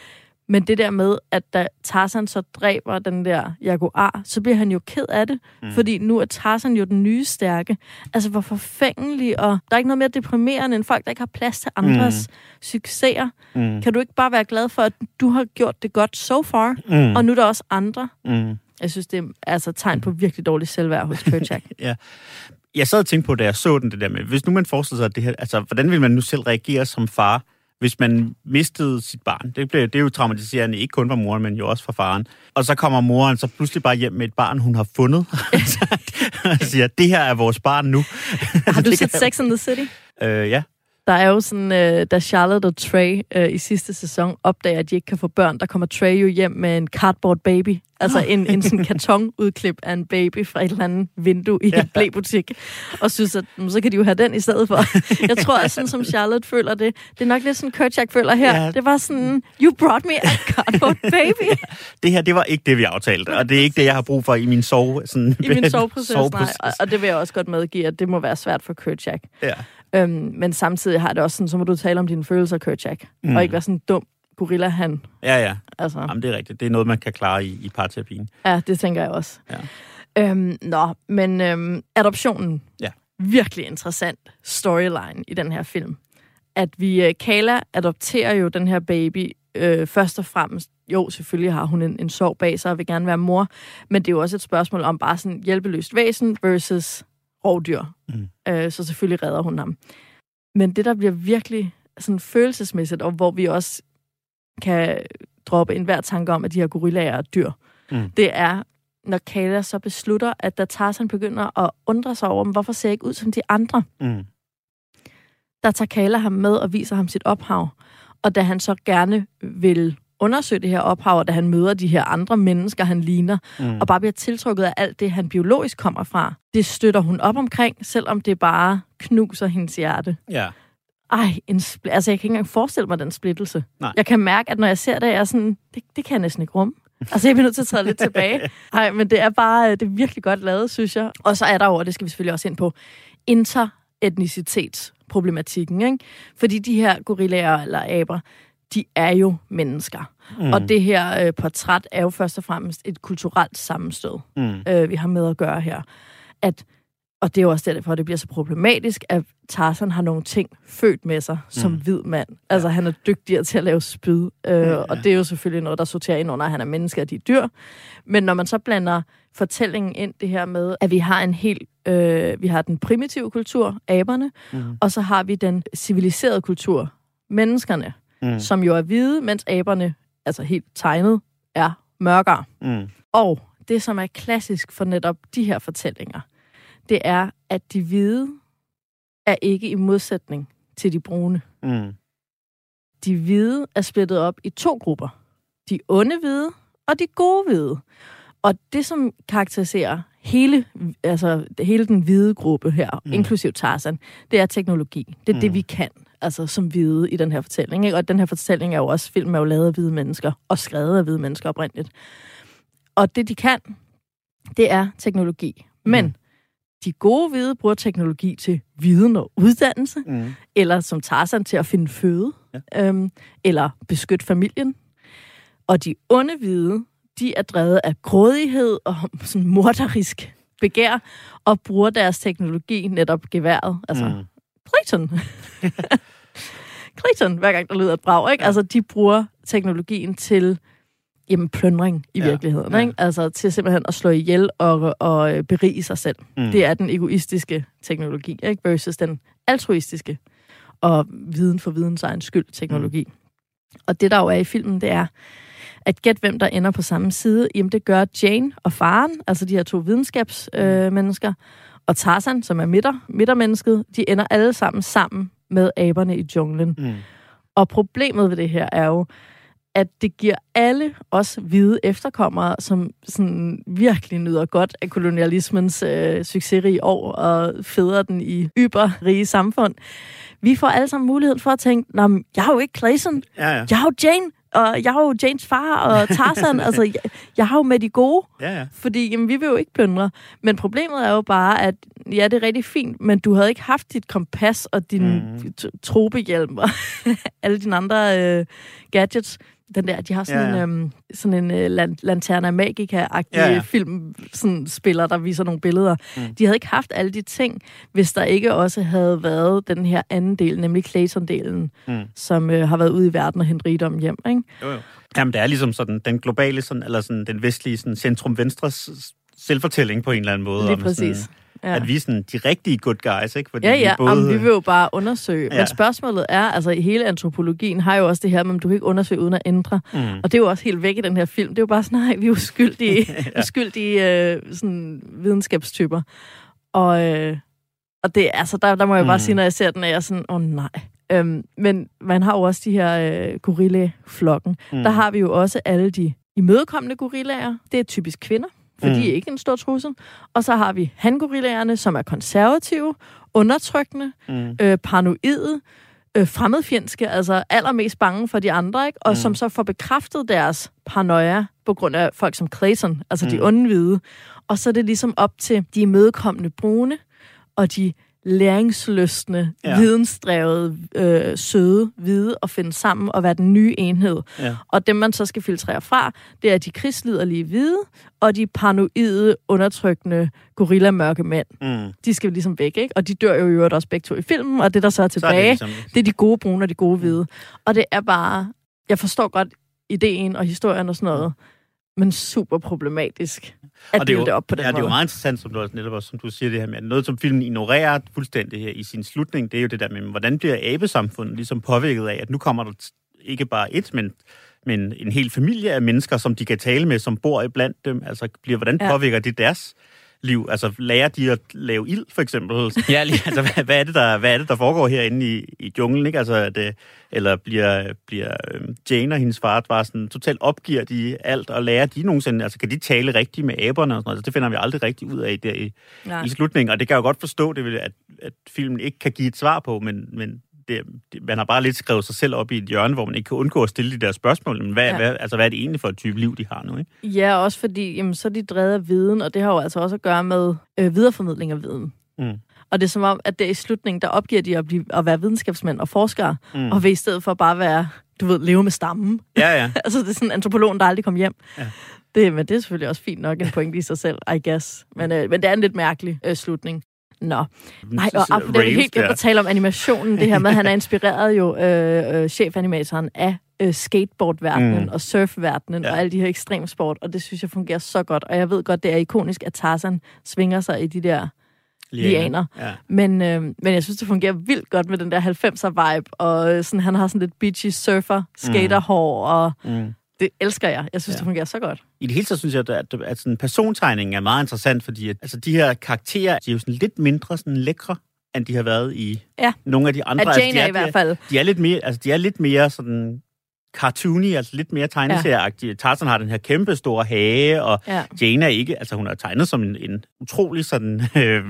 Men det der med, at da Tarzan så dræber den der jaguar, så bliver han jo ked af det, fordi nu er Tarzan jo den nye stærke. Altså, hvor forfængelig, og der er ikke noget mere deprimerende end folk, der ikke har plads til andres succeser. Kan du ikke bare være glad for, at du har gjort det godt so far, og nu er der også andre? Jeg synes, det er altså tegn på virkelig dårligt selvværd hos Kerchak. Ja. Jeg sad og tænkte på, da jeg så den, det der med, hvis nu man forestiller sig, at det her, altså, hvordan vil man nu selv reagere som far, hvis man mistede sit barn? Det er jo traumatiserende, ikke kun for moren, men jo også for faren. Og så kommer moren så pludselig bare hjem med et barn, hun har fundet, og siger, det her er vores barn nu. Har du set Sex and the City? Ja. Der er jo sådan, da Charlotte og Trey i sidste sæson opdager, at de ikke kan få børn, der kommer Trey jo hjem med en cardboard baby. Altså en sådan kartonudklip af en baby fra et eller andet vindue i en blæbutik. Og synes, at så kan de jo have den i stedet for. Jeg tror, at sådan som Charlotte føler det, det er nok lidt sådan, Kerchak føler her. Ja. Det var sådan, you brought me a cardboard baby. Det her, det var ikke det, vi aftalte. Og det er ikke det, jeg har brug for i min soveproces. Nej. Og det vil jeg også godt medgive, at det må være svært for Kerchak. Ja. Men samtidig har det også sådan, så må du tale om dine følelser, Kerchak. Og ikke være sådan en dum gorilla-han. Ja. Altså. Jamen, det er rigtigt. Det er noget, man kan klare i parterapien. Ja, det tænker jeg også. Ja. Men adoptionen. Ja. Virkelig interessant storyline i den her film. At Kala adopterer jo den her baby først og fremmest. Jo, selvfølgelig har hun en sorg bag sig og vil gerne være mor. Men det er jo også et spørgsmål om bare sådan hjælpeløst væsen versus rovdyr. Så selvfølgelig redder hun ham. Men det, der bliver virkelig sådan følelsesmæssigt, og hvor vi også kan droppe enhver tanke om, at de her gorillaer er dyr, det er, når Kala så beslutter, at da Tarzan begynder at undre sig over, hvorfor ser jeg ikke ud som de andre? Der tager Kala ham med og viser ham sit ophav. Og da han så gerne vil undersøge det her ophav, og da han møder de her andre mennesker, han ligner, og bare bliver tiltrukket af alt det, han biologisk kommer fra, det støtter hun op omkring, selvom det bare knuser hendes hjerte. Ja. Altså jeg kan ikke engang forestille mig den splittelse. Nej. Jeg kan mærke, at når jeg ser det, jeg er sådan, det kan jeg næsten ikke rumme. Altså jeg bliver nødt til at træde lidt tilbage. Nej, men det er bare, det er virkelig godt lavet, synes jeg. Og så er der jo, og det skal vi selvfølgelig også ind på, interetnicitetsproblematikken, ikke? Fordi de her gorillaer eller aber, de er jo mennesker. Og det her portræt er jo først og fremmest et kulturelt sammenstød, vi har med at gøre her. Og det er jo også derfor, det bliver så problematisk, at Tarzan har nogle ting født med sig som hvid mand. Altså, han er dygtigere til at lave spyd, og det er jo selvfølgelig noget, der sorterer ind under, at han er menneske og de er dyr. Men når man så blander fortællingen ind det her med, at vi har vi har den primitive kultur, aberne, og så har vi den civiliserede kultur, menneskerne, som jo er hvide, mens aberne, altså helt tegnet, er mørkere. Og det, som er klassisk for netop de her fortællinger, det er, at de hvide er ikke i modsætning til de brune. De hvide er splittet op i 2 grupper. De onde hvide og de gode hvide. Og det, som karakteriserer hele den hvide gruppe her, inklusiv Tarzan, det er teknologi. Det er det, vi kan, altså som hvide i den her fortælling. Ikke? Og den her fortælling er jo også, film er jo lavet af hvide mennesker, og skrevet af hvide mennesker oprindeligt. Og det, de kan, det er teknologi. Men de gode hvide bruger teknologi til viden og uddannelse, eller som Tarzan til at finde føde, eller beskytte familien. Og de onde hvide, de er drevet af grådighed og sådan morderisk begær, og bruger deres teknologi, netop geværet, altså Kriton. Kriton, hver gang der lyder et brag, ikke? Altså, de bruger teknologien til plyndring i virkeligheden, ikke? Altså til simpelthen at slå ihjel og berige sig selv. Det er den egoistiske teknologi, ikke? Versus den altruistiske og viden for videns egen skyld teknologi. Og det, der jo er i filmen, det er, at gæt hvem, der ender på samme side. Jamen, det gør Jane og faren, altså de her 2 videnskabsmennesker, og Tarzan, som er midtermennesket, de ender alle sammen med aberne i junglen. Og problemet ved det her er jo, at det giver alle os hvide efterkommere, som sådan virkelig nyder godt af kolonialismens succesrige år og føder den i yberrige samfund. Vi får alle sammen mulighed for at tænke, jeg har jo ikke Clayson, jeg har jo Jane, og jeg har jo Janes far og Tarzan, altså jeg har jo med de gode, fordi vi vil jo ikke plyndre. Men problemet er jo bare, at det er rigtig fint, men du havde ikke haft dit kompas og din tropehjelm og alle dine andre gadgets, den der, de har sådan en Lanterna Magica-agtig film, sådan spiller, der viser nogle billeder. De havde ikke haft alle de ting, hvis der ikke også havde været den her anden del, nemlig Clayton-delen, som har været ude i verden og hentet rigdom hjem, ikke? Jo. Jamen, det er ligesom sådan den globale, sådan, eller sådan den vestlige sådan, centrum-venstres selvfortælling på en eller anden måde. Lige præcis. Sådan, at vi er sådan de rigtige good guys, ikke? Fordi vi vil jo bare undersøge. Men spørgsmålet er, altså i hele antropologien har jo også det her, men du kan ikke undersøge uden at ændre. Og det er jo også helt væk i den her film. Det er jo bare sådan, nej, vi er uskyldige sådan videnskabstyper. Og det, altså, der må jeg bare sige, når jeg ser den, er jeg sådan, nej. Men man har jo også de her gorilla-flokken. Der har vi jo også alle de imødekommende gorillaer. Det er typisk kvinder, for de er ikke en stor trussel. Og så har vi hangorillaerne, som er konservative, undertrykkende, paranoide, fremmedfjendske, altså allermest bange for de andre, ikke? Og som så får bekræftet deres paranoia på grund af folk som Clayton, altså de onde hvide. Og så er det ligesom op til de imødekommende brune, og de læringslystne, vidensdrevede, søde, hvide og finde sammen og være den nye enhed. Ja. Og dem, man så skal filtrere fra, det er de krigsliderlige hvide og de paranoide, undertrykkende gorilla-mørke mænd. De skal ligesom væk, ikke? Og de dør jo også begge to i filmen, og det, der så er tilbage, det er de gode brune og de gode hvide. Og det er bare... Jeg forstår godt ideen og historien og sådan noget, men super problematisk at dele det op på den måde. Det er jo meget interessant, som du siger det her med, noget som filmen ignorerer fuldstændig her i sin slutning, det er jo det der med, hvordan bliver abesamfundet ligesom påvirket af, at nu kommer der ikke bare men en hel familie af mennesker, som de kan tale med, som bor iblandt dem. Altså, hvordan påvirker det deres liv? Altså, lærer de at lave ild, for eksempel? Altså, hvad er det, der foregår herinde i junglen, ikke? Altså, eller bliver Jane og hendes far bare sådan totalt opgiver de alt, og lærer de nogensinde, altså, kan de tale rigtigt med aberne og sådan noget? Altså, det finder vi aldrig rigtig ud af der i slutningen, og det kan jeg jo godt forstå, at filmen ikke kan give et svar på, men man har bare lidt skrevet sig selv op i et hjørne, hvor man ikke kan undgå at stille de der spørgsmål. Men hvad er det egentlig for et type liv, de har nu, ikke? Ja, også fordi, så er de drevet af viden, og det har jo altså også at gøre med videreformidling af viden. Og det er som om, at der i slutningen, der opgiver de at være videnskabsmænd og forskere, og vil i stedet for bare være, leve med stammen. Ja. Altså, det er sådan antropologen, der aldrig kom hjem. Ja. Men det er selvfølgelig også fint nok en pointe i sig selv, I guess. Men det er en lidt mærkelig slutning. Nå. Nej, og det er helt glemt at tale om animationen, det her med, at han er inspireret jo chefanimatoren af skateboardverdenen og surfverdenen og alle de her ekstremsport, og det synes jeg fungerer så godt, og jeg ved godt, det er ikonisk, at Tarzan svinger sig i de der lianer. Ja. Men jeg synes, det fungerer vildt godt med den der 90'er-vibe, og sådan, han har sådan lidt beachy surfer, skaterhår, og det elsker jeg. Jeg synes, det fungerer så godt. I det hele taget synes jeg, at sådan persontegningen er meget interessant, fordi altså, de her karakterer, de er jo sådan lidt mindre sådan lækre, end de har været i nogle af de andre. At Jane er i hvert fald. De er lidt mere sådan cartoony, altså lidt mere tegneserieagtige. Tarzan har den her kæmpe store hage, og Jane er ikke, altså hun er tegnet som en utrolig sådan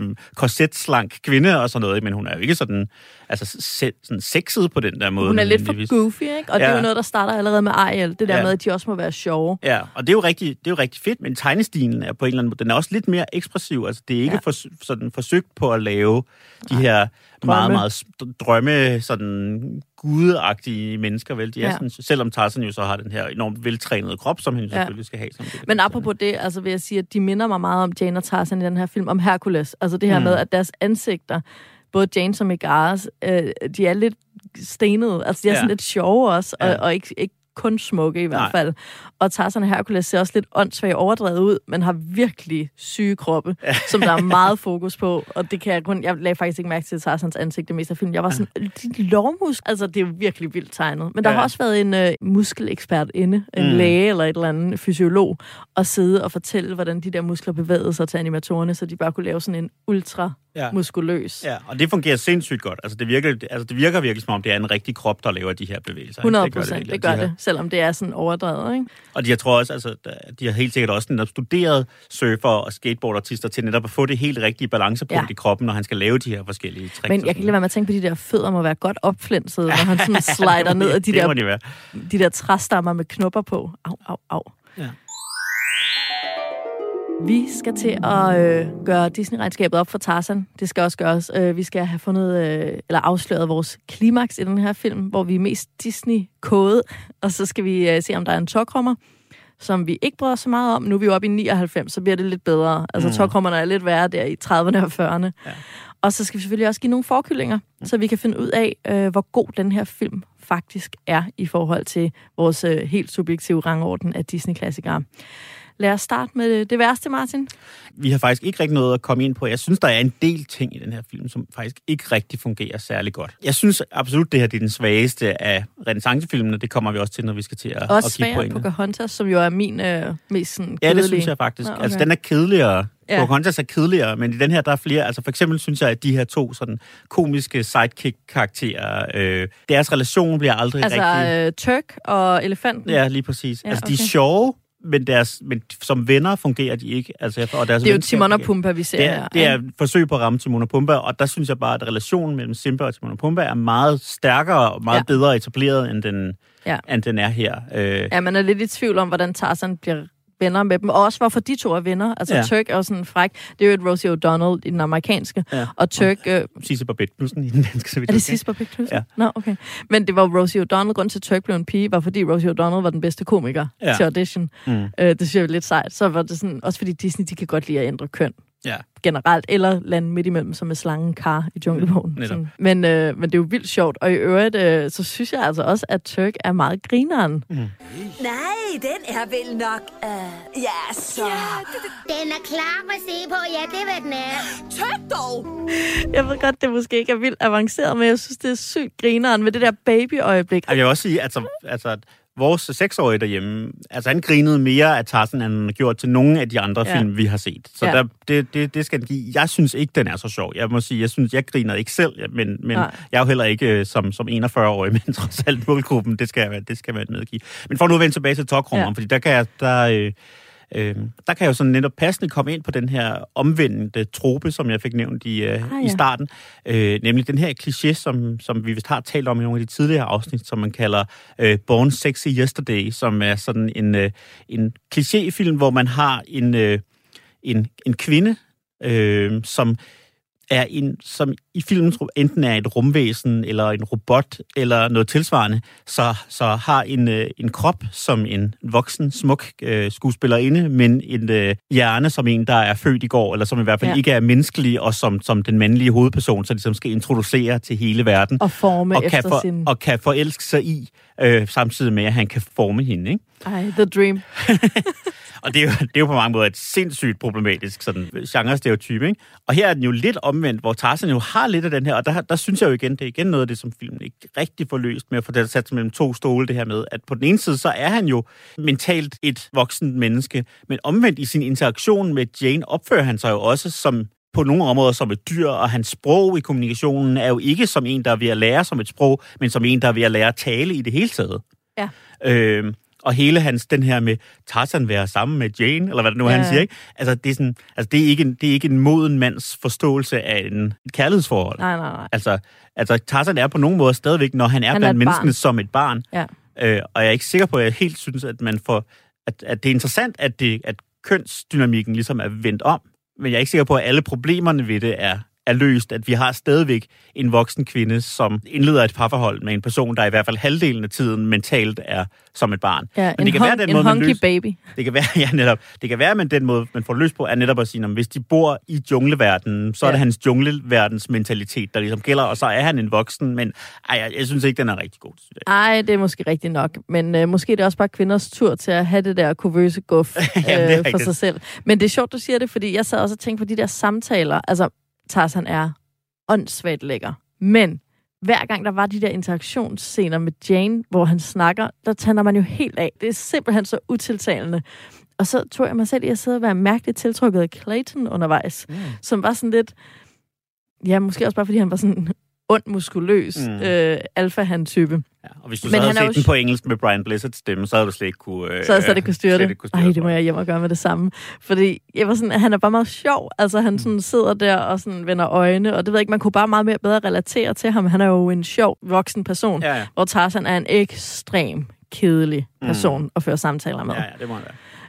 korsetslank kvinde og sådan noget, men hun er jo ikke sådan, altså sådan sexet på den der måde. Hun er lidt for goofy, ikke? Og det er jo noget, der starter allerede med Ariel, det der med, at de også må være sjove. Ja, og det er jo rigtig fedt, men tegnestilen er på en eller anden måde, den er også lidt mere ekspressiv, altså det er ikke sådan forsøgt på at lave de her meget drømme, sådan gudeagtige mennesker, vel? De er sådan, selvom Tarzan jo så har den her enormt veltrænede krop, som han selvfølgelig skal have. Men apropos det, altså vil jeg sige, at de minder mig meget om Jane og Tarzan i den her film, om Hercules. Altså det her med, at deres ansigter, både Jane som Megares, de er lidt stenede. Altså de er sådan lidt sjove også, og ikke kun smukke i hvert fald. Og Tarzan og Hercules ser også lidt åndssvagt overdrevet ud, men har virkelig syge kroppe, som der er meget fokus på. Og det kan jeg lagde faktisk ikke mærke til Tarzans ansigt det meste af filmen. Jeg var sådan, lårmusk. Altså, det er jo virkelig vildt tegnet. Men der har også været en muskelekspert inde, en læge eller et eller andet fysiolog, og sidde og fortælle, hvordan de der muskler bevægede sig til animatorerne, så de bare kunne lave sådan en ultra muskuløs. Ja, og det fungerer sindssygt godt. Altså, det virker virkelig som om, det er en rigtig krop, der laver de her bevægelser. 100%, det gør det, selvom det er sådan overdrevet, ikke? Og jeg tror også, altså, de har helt sikkert også netop studeret surfer og skateboardartister til netop at få det helt rigtige balancepunkt i kroppen, når han skal lave de her forskellige tricks. Men jeg kan ikke lade være med at tænke på, de der fødder må være godt opflinsede, når han sådan slider ned af de der træstammer med knopper på. Au. Ja. Vi skal til at gøre Disney-regnskabet op for Tarzan. Det skal også gøres. Vi skal have fundet, eller afsløret vores klimaks i den her film, hvor vi er mest Disney-kodet. Og så skal vi se, om der er en tåkrummer, som vi ikke bryder så meget om. Nu er vi jo oppe i 99, så bliver det lidt bedre. Altså tåkrummerne er lidt værre der i 30'erne og 40'erne. Ja. Og så skal vi selvfølgelig også give nogle forkyllinger, så vi kan finde ud af, hvor god den her film faktisk er i forhold til vores helt subjektive rangorden af Disney-klassikere. Lad os starte med det værste, Martin. Vi har faktisk ikke rigtig noget at komme ind på. Jeg synes, der er en del ting i den her film, som faktisk ikke rigtig fungerer særlig godt. Jeg synes absolut, det her det er den svageste af renæssancefilmene. Det kommer vi også til, når vi skal til at give point. Også svagere Pocahontas, som jo er min mest sådan kedelige. Ja, det synes jeg faktisk. Okay. Altså, den er kedeligere. Ja. Pocahontas er kedeligere, men i den her, der er flere. Altså, for eksempel synes jeg, at de her to sådan komiske sidekick-karakterer, deres relation bliver aldrig rigtig... Altså, Turk og elefanten? Ja, lige præcis. Ja, altså, de er sjove, men som venner fungerer de ikke. Altså, og deres det er jo Timon og Pumba, vi ser her. Det er et forsøg på at ramme Timon og Pumba, og der synes jeg bare, at relationen mellem Simba og Timon og Pumba er meget stærkere og meget bedre etableret, end den er her. Ja, man er lidt i tvivl om, hvordan Tarzan bliver venner med dem, og også hvorfor de to er venner. Altså, Turk er jo sådan fræk. Det er jo et Rosie O'Donnell i den amerikanske, og Turk... Sisse Babette Knudsen i den danske. Er det Sisse Babette Knudsen? Ja. Nå, okay. Men det var Rosie O'Donnell. Grunden til, Turk blev en pige, var fordi Rosie O'Donnell var den bedste komiker til audition. Det synes jeg er lidt sejt. Så var det sådan, også fordi Disney, de kan godt lide at ændre køn. Ja. Generelt, eller lande midt imellem, som med slangen Kar i Junglebogen. Men det er jo vildt sjovt, og i øvrigt, så synes jeg altså også, at Turk er meget grineren. Nej, den er vel nok, ja, så... Ja, den er klar at se på, ja, det er, hvad den er. Turk dog! Jeg ved godt, det måske ikke er vildt avanceret, men jeg synes, det er sygt grineren med det der babyøjeblik. Jeg vil også sige, altså vores 6-årige derhjemme, altså han grinede mere af Tarzan, end han har gjort til nogle af de andre film, vi har set. Så det skal den give. Jeg synes ikke, den er så sjov. Jeg må sige, jeg griner ikke selv, men jeg er jo heller ikke som 41-årig, men trods alt målgruppen, det skal være et medgive. Men for nu at vende tilbage til tåkrummeren, fordi der kan jeg jo sådan netop passende komme ind på den her omvendte trope, som jeg fik nævnt i starten. Nemlig den her kliché, som vi vist har talt om i nogle af de tidligere afsnit, som man kalder Born Sexy Yesterday, som er sådan en klichéfilm, hvor man har en kvinde, som i filmen enten er et rumvæsen, eller en robot, eller noget tilsvarende, så har en krop som en voksen, smuk skuespillerinde, men en hjerne som en, der er født i går, eller som i hvert fald ikke er menneskelig, og som den mandlige hovedperson, så ligesom skal introducere til hele verden. Og forme og kan forelske sig i, samtidig med, at han kan forme hende, ikke? Ej, the dream. Og det er jo på mange måder et sindssygt problematisk sådan genre-stereotype, ikke? Og her er den jo lidt omvendt, hvor Tarzan jo har lidt af den her, og der synes jeg jo igen, det er igen noget af det, som filmen ikke rigtig får løst med at få det sat mellem to stole, det her med, at på den ene side, så er han jo mentalt et voksent menneske, men omvendt i sin interaktion med Jane opfører han sig jo også som på nogle områder som et dyr, og hans sprog i kommunikationen er jo ikke som en, der er ved at lære som et sprog, men som en, der er ved at lære at tale i det hele taget. Ja. Og hele hans, den her med Tarzan være sammen med Jane, eller hvad det nu han siger, ikke? Altså, det er sådan, det er ikke en moden mands forståelse af et kærlighedsforhold. Nej. Altså, Tarzan er på nogen måde stadigvæk, når han er blandt menneskene som et barn. Ja. Og jeg er ikke sikker på, at jeg helt synes, at man får, at det er interessant, at kønsdynamikken ligesom er vendt om, men jeg er ikke sikker på, at alle problemerne ved det er løst, at vi har stadigvæk en voksen kvinde, som indleder et parforhold med en person, der i hvert fald halvdelen af tiden mentalt er som et barn. Ja, men det kan være den måde, man løser, baby. Det kan være, netop. Det kan være, men den måde, man får løst på, er netop at sige, at hvis de bor i jungleverdenen, så er det hans jungleverdens mentalitet, der ligesom gælder, og så er han en voksen, men jeg synes ikke, den er rigtig god. Ej, det er måske rigtigt nok, men måske er det også bare kvinders tur til at have det der kurvøse guf for sig selv. Men det er sjovt, du siger det, fordi jeg sad også og tænkte på de der samtaler, altså Tarzan er åndssvagt lækker. Men hver gang der var de der interaktionsscener med Jane, hvor han snakker, der tænder man jo helt af. Det er simpelthen så utiltalende. Og så tog jeg mig selv i at sidde og være mærkeligt tiltrykket af Clayton undervejs, som var sådan lidt... Ja, måske også bare fordi han var sådan ond, muskuløs alfa-han-type. Ja, og hvis du så havde set den på engelsk med Brian Blizzards stemme, så havde du slet ikke kunne... Så det kunne styre det. Ej, det må jeg hjem og gøre med det samme. Fordi jeg var sådan, han er bare meget sjov. Altså, han sådan sidder der og sådan vender øjne, og det ved jeg ikke, man kunne bare meget mere bedre relatere til ham. Han er jo en sjov, voksen person, hvor Tarzan er en ekstrem kedelig person at føre samtaler med. Ja, det må det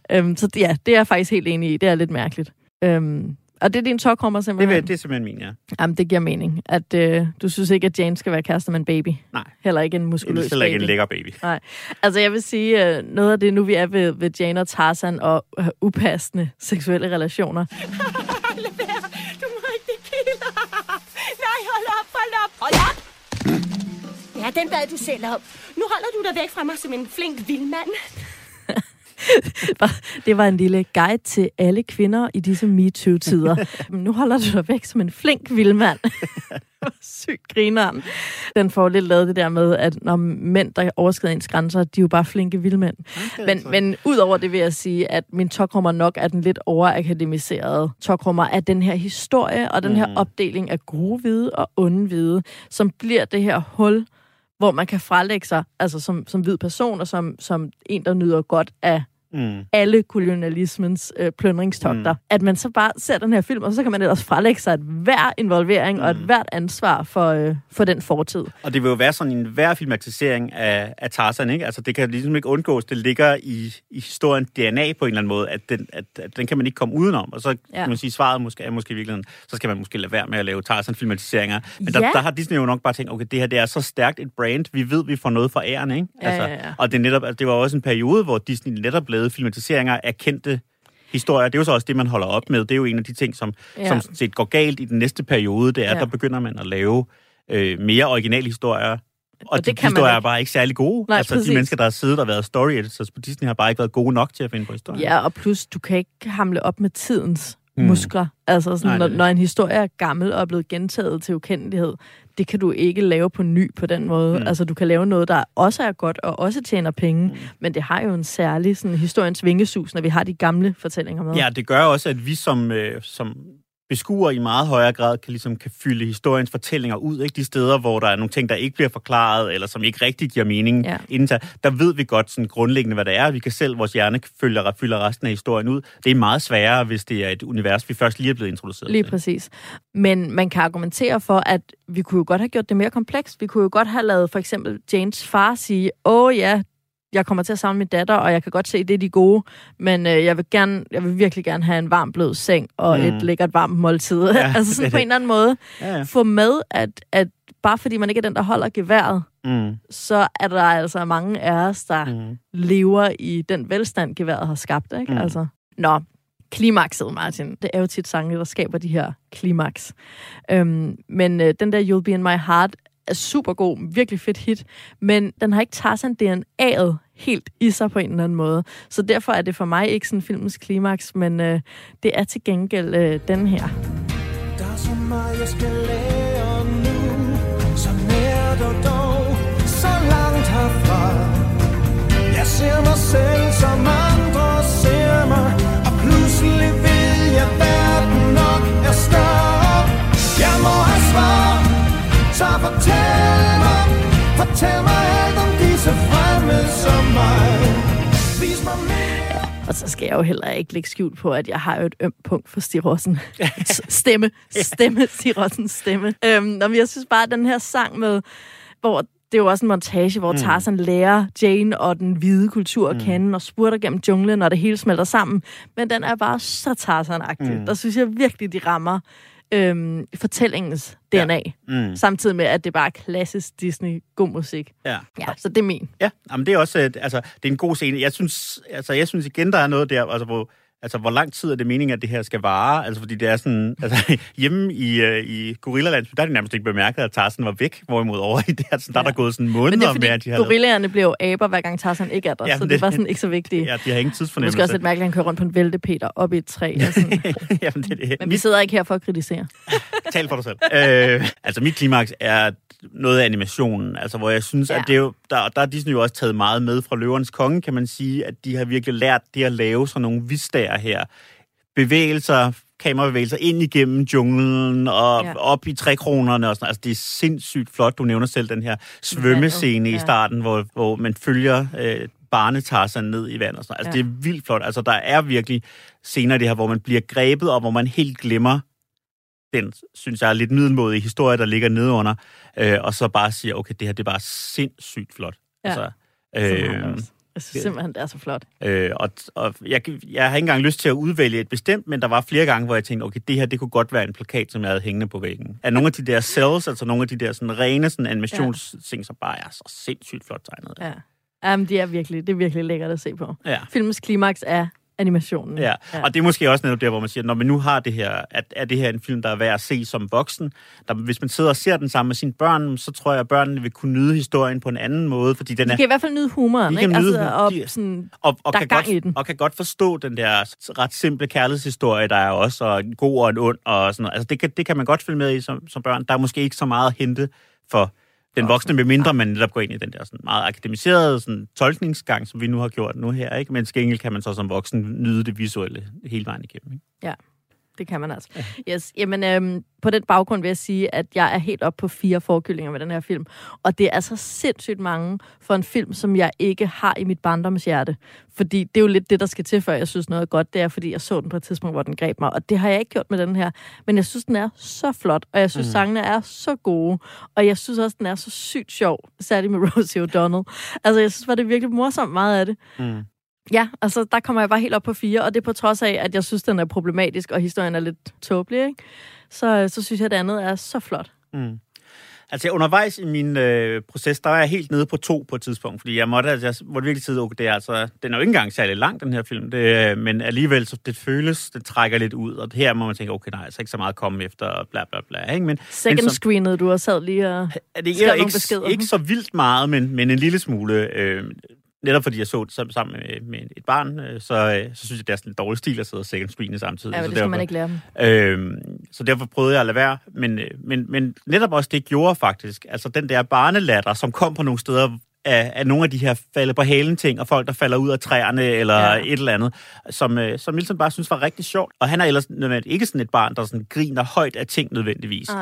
Så ja, det er jeg faktisk helt enig i. Det er lidt mærkeligt. Og det er din tårkrummer simpelthen? Det er simpelthen min, ja. Jamen, det giver mening. At du synes ikke, at Jane skal være kæreste med en baby? Nej. Heller ikke en muskuløs baby? Heller ikke en lækker baby. Nej. Altså, jeg vil sige, noget af det, nu vi er ved Jane og Tarzan og upassende seksuelle relationer. Lad være. Du må ikke det kilde. Nej, hold op. Ja, den bad du selv om. Nu holder du dig væk fra mig som en flink vildmand. Det var en lille guide til alle kvinder i disse MeToo-tider. Nu holder du dig væk som en flink vildmand. Sygt grineren. Den får lidt lavet det der med, at når mænd, der overskrider ens grænser, de er jo bare flinke vildmænd. Okay, men udover det vil jeg sige, at min tårkrummer nok er den lidt overakademiserede tårkrummer af den her historie og den her opdeling af gode hvide og onde hvide, som bliver det her hul, hvor man kan frelægge sig, altså som hvid person, og som en, der nyder godt af alle kolonialismens plyndringstogter. At man så bare ser den her film, og så kan man ellers frelægge sig et hver involvering og et hvert ansvar for den fortid. Og det vil jo være sådan en hver filmatisering af Tarzan, ikke? Altså det kan ligesom ikke undgås. Det ligger i historien DNA på en eller anden måde, at den kan man ikke komme udenom. Og så kan man sige, svaret er måske i virkeligheden, så skal man måske lade være med at lave Tarzan-filmatiseringer. Men der har Disney jo nok bare tænkt, okay, det her det er så stærkt et brand, vi ved, vi får noget fra æren, ikke? Og det var også en periode, hvor Disney netop lavede filmatiseringer af kendte historier. Det er jo så også det, man holder op med. Det er jo en af de ting, som set går galt i den næste periode. Det er, der begynder man at lave mere originale historier. Og de historier er bare ikke særlig gode. Nej, altså, de mennesker, der har siddet og været story editors på Disney, har bare ikke været gode nok til at finde på historier. Ja, og plus, du kan ikke hamle op med tidens muskler. Altså, sådan, når en historie er gammel og er blevet gentaget til ukendelighed, det kan du ikke lave på ny på den måde. Altså, du kan lave noget, der også er godt og også tjener penge, men det har jo en særlig sådan, historiens vingesus, når vi har de gamle fortællinger med. Ja, det gør også, at vi som beskuer i meget højere grad kan fylde historiens fortællinger ud, ikke? De steder, hvor der er nogle ting, der ikke bliver forklaret, eller som ikke rigtig giver mening indtil. Der ved vi godt sådan grundlæggende, hvad det er. Vi kan selv, vores hjerne fylder resten af historien ud. Det er meget sværere, hvis det er et univers, vi først lige er blevet introduceret. Lige præcis. Men man kan argumentere for, at vi kunne jo godt have gjort det mere komplekst. Vi kunne jo godt have lavet for eksempel Janes far sige, jeg kommer til at savne min datter, og jeg kan godt se, det er de gode, men jeg vil virkelig gerne have en varm, blød seng og et lækkert varmt måltid. Ja, altså sådan på en eller anden måde. Få med, at bare fordi man ikke er den, der holder geværet, så er der altså mange af os, der lever i den velstand, geværet har skabt. Ikke? Altså. Nå, klimakset, Martin. Det er jo tit sange, der skaber de her klimaks. Men den der You'll Be In My Heart er super god, virkelig fedt hit, men den har ikke Tarzan DNA'et helt i sig på en eller anden måde. Så derfor er det for mig ikke sådan filmens klimaks, men det er til gengæld den her. Der er så meget, jeg skal lære nu, så nær du dog, så langt herfra. Jeg ser mig selv, som andre ser mig, og pludselig vil jeg, verden nok er større. Jeg må have svar. Så fortæl mig alt om disse fremmede som mig. Vis mig mere. Ja, og så skal jeg jo heller ikke lægge skjult på, at jeg har jo et ømt punkt for Stig Rossen. Stig Rossens stemme. Jeg synes bare, at den her sang med, hvor det er jo også en montage, hvor Tarzan lærer Jane og den hvide kultur at kende, og spurter gennem junglen, og det hele smelter sammen. Men den er bare så Tarzan-agtig. Der synes jeg virkelig, de rammer fortællingens DNA. Samtidig med, at det bare er klassisk Disney, god musik. Ja, så det er min. Ja, men det er også, det er en god scene. Jeg synes igen, der er noget der, hvor lang tid er det meningen, at det her skal vare? Altså, fordi det er sådan, hjemme i Gorillaland, der er det nærmest ikke bemærket, at Tarzan var væk, hvorimod over i det her, der er der gået sådan måneder med, at de har gorillaerne blev aber, hver gang Tarzan ikke er der, så det var sådan ikke så vigtigt. Ja, de har ingen tidsfornemmelse. Det er også lidt mærkeligt, at han kører rundt på en væltepeter op i et træ. Jamen, det. Men vi sidder ikke her for at kritisere. Tal for dig selv. Mit klimaks er noget af animationen, altså hvor jeg synes, at det er jo, der er Disney jo også taget meget med fra Løvernes Konge, kan man sige, at de har virkelig lært det at lave sådan nogle visdager her. Kamerabevægelser ind igennem junglen og op i trækronerne og sådan. Altså det er sindssygt flot. Du nævner selv den her svømmescene i starten, hvor man følger barnetarzan ned i vandet og sådan. Altså det er vildt flot. Altså der er virkelig scener i det her, hvor man bliver grebet og hvor man helt glemmer den, synes jeg, er lidt middelmådige historie, der ligger nedenunder, og så bare siger, okay, det her det er bare sindssygt flot. Ja. Altså, Jeg synes simpelthen, det er så flot. Og jeg har ikke engang lyst til at udvælge et bestemt, men der var flere gange, hvor jeg tænkte, okay, det her, det kunne godt være en plakat, som jeg havde hængende på væggen. Af nogle af de der cells, altså nogle af de der sådan rene sådan animationsting, som bare er så sindssygt flot tegnet. Ja. Jamen, det er virkelig lækkert at se på. Ja. Filmens klimaks er animationen. Ja, og det er måske også netop der, hvor man siger, når man nu har det her, er det her en film, der er værd at se som voksen. Hvis man sidder og ser den sammen med sine børn, så tror jeg, at børnene vil kunne nyde historien på en anden måde, fordi den de kan i hvert fald nyde humoren, ikke? Og kan godt forstå den der ret simple kærlighedshistorie, der er også, og en god og en ond, og sådan noget. Altså, det kan man godt følge med i som børn. Der er måske ikke så meget at hente for den voksne, med mindre man netop går ind i den der sådan meget akademiserede sådan tolkningsgang, som vi nu har gjort nu her, ikke? Men skængel kan man så som voksen nyde det visuelle hele vejen igennem, ikke? Ja, det kan man altså. Yes. Jamen, på den baggrund vil jeg sige, at jeg er helt op på 4 forkyllinger med den her film. Og det er altså sindssygt mange for en film, som jeg ikke har i mit barndomshjerte. Fordi det er jo lidt det, der skal til, før jeg synes noget er godt. Det er, fordi jeg så den på et tidspunkt, hvor den greb mig. Og det har jeg ikke gjort med den her. Men jeg synes, den er så flot. Og jeg synes, sangene er så gode. Og jeg synes også, den er så sygt sjov. Særligt med Rosie O'Donnell. Altså, jeg synes, var det virkelig morsomt meget af det. Ja, altså der kommer jeg bare helt op på 4, og det er på trods af, at jeg synes, den er problematisk, og historien er lidt tåbelig, ikke? Så synes jeg, at det andet er så flot. Altså undervejs i min proces, der var jeg helt nede på 2 på et tidspunkt, fordi jeg måtte virkelig sige, okay, det er altså, den er jo ikke engang særlig lang, den her film, men alligevel, så det trækker lidt ud, og her må man tænke, okay, nej, altså ikke så meget at komme efter, og bla bla bla, ikke? Men screenede du og sad lige og skrev nogle beskeder? Ikke så vildt meget, men en lille smule. Netop fordi jeg så det sammen med et barn, så synes jeg, det er sådan en dårlig stil at sidde og second screene samtidig. Ja, men det skal man ikke lære dem. Så derfor prøvede jeg at lade være. Men netop også det gjorde faktisk, altså den der barnelatter, som kom på nogle steder af nogle af de her falde på halen ting, og folk, der falder ud af træerne, eller et eller andet, som Milton bare synes var rigtig sjovt. Og han er ellers ikke sådan et barn, der sådan griner højt af ting nødvendigvis. Så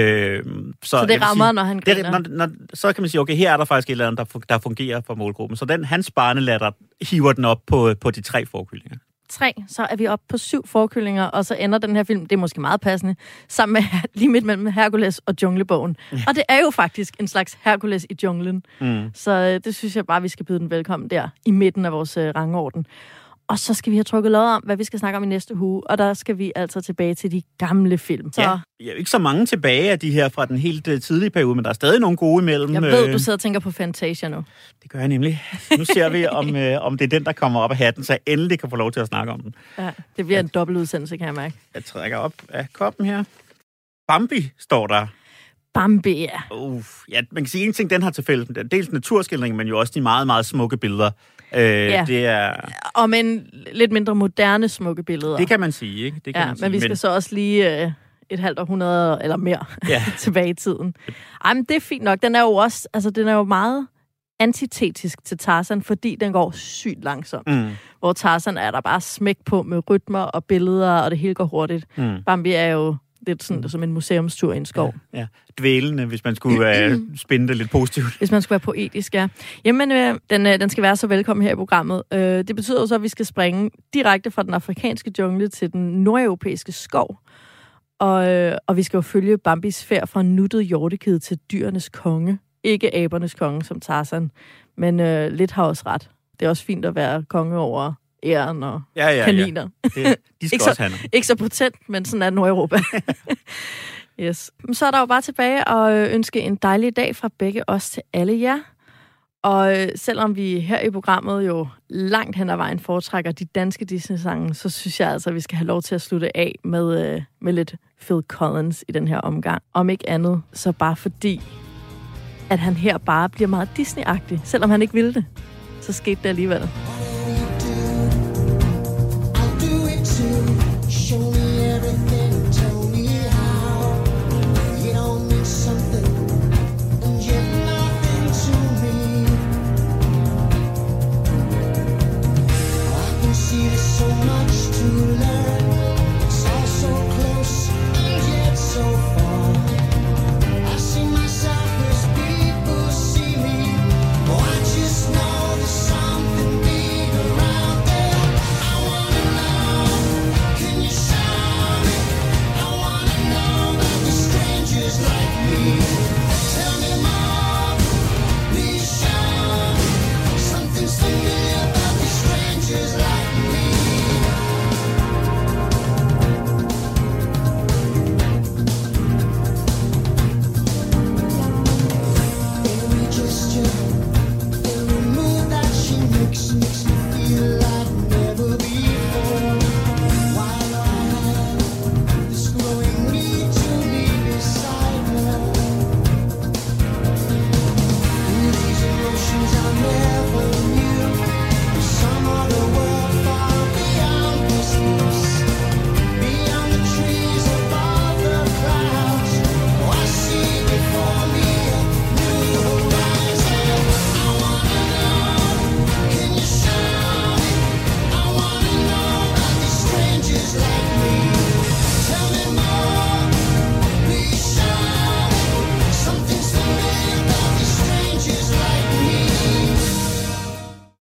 det rammer, sige, når han griner? Så kan man sige, okay, her er der faktisk et eller andet, der fungerer for målgruppen. Så hans barnelatter hiver den op på de 3 forkyllinger. 3, så er vi oppe på 7 forkyllinger, og så ender den her film, det er måske meget passende, sammen med lige midt mellem Hercules og Junglebogen. Og det er jo faktisk en slags Hercules i junglen. Så det synes jeg bare, vi skal byde den velkommen der, i midten af vores rangorden. Og så skal vi have trukket lod om, hvad vi skal snakke om i næste uge, og der skal vi altså tilbage til de gamle film. Så... Ja, ikke så mange tilbage af de her fra den helt tidlige periode, men der er stadig nogle gode imellem. Jeg ved, du sidder og tænker på Fantasia nu. Det gør jeg nemlig. Nu ser vi, om det er den, der kommer op af hatten, så jeg endelig kan få lov til at snakke om den. Ja, det bliver en dobbeltudsendelse, kan jeg mærke. Jeg trækker op af koppen her. Bambi står der. Bambi, ja. Ja, man kan sige en ting, den har til fælles. Dels naturskildring, men jo også de meget, meget smukke billeder. Det er... Og men lidt mindre moderne smukke billeder. Det kan man sige, ikke? Det kan man sige. Men vi skal så også lige et halvt århundrede eller mere tilbage i tiden. Ej, men det er fint nok. Den er jo også, altså den er jo meget antitetisk til Tarzan, fordi den går sygt langsomt. Hvor Tarzan er der bare smæk på med rytmer og billeder, og det hele går hurtigt. Bambi er jo lidt sådan som en museumstur i en skov. Ja. Dvælende, hvis man skulle spinde det lidt positivt. Hvis man skulle være poetisk, ja. Jamen, den skal være så velkommen her i programmet. Det betyder jo så, at vi skal springe direkte fra den afrikanske jungle til den nordeuropæiske skov. Og vi skal jo følge Bambis færd fra nuttet hjortekid til dyrenes konge. Ikke abernes konge som Tarzan, men lidt har også ret. Det er også fint at være konge over æren og kaniner. De skal også have noget. Ikke så potent, men sådan er Nordeuropa. Yes. Så er der jo bare tilbage at ønske en dejlig dag fra begge os til alle jer. Og selvom vi her i programmet jo langt hen ad vejen foretrækker de danske Disney-sange, så synes jeg altså, at vi skal have lov til at slutte af med lidt Phil Collins i den her omgang. Om ikke andet, så bare fordi, at han her bare bliver meget Disney-agtig. Selvom han ikke ville det, så skete det alligevel. So much to learn.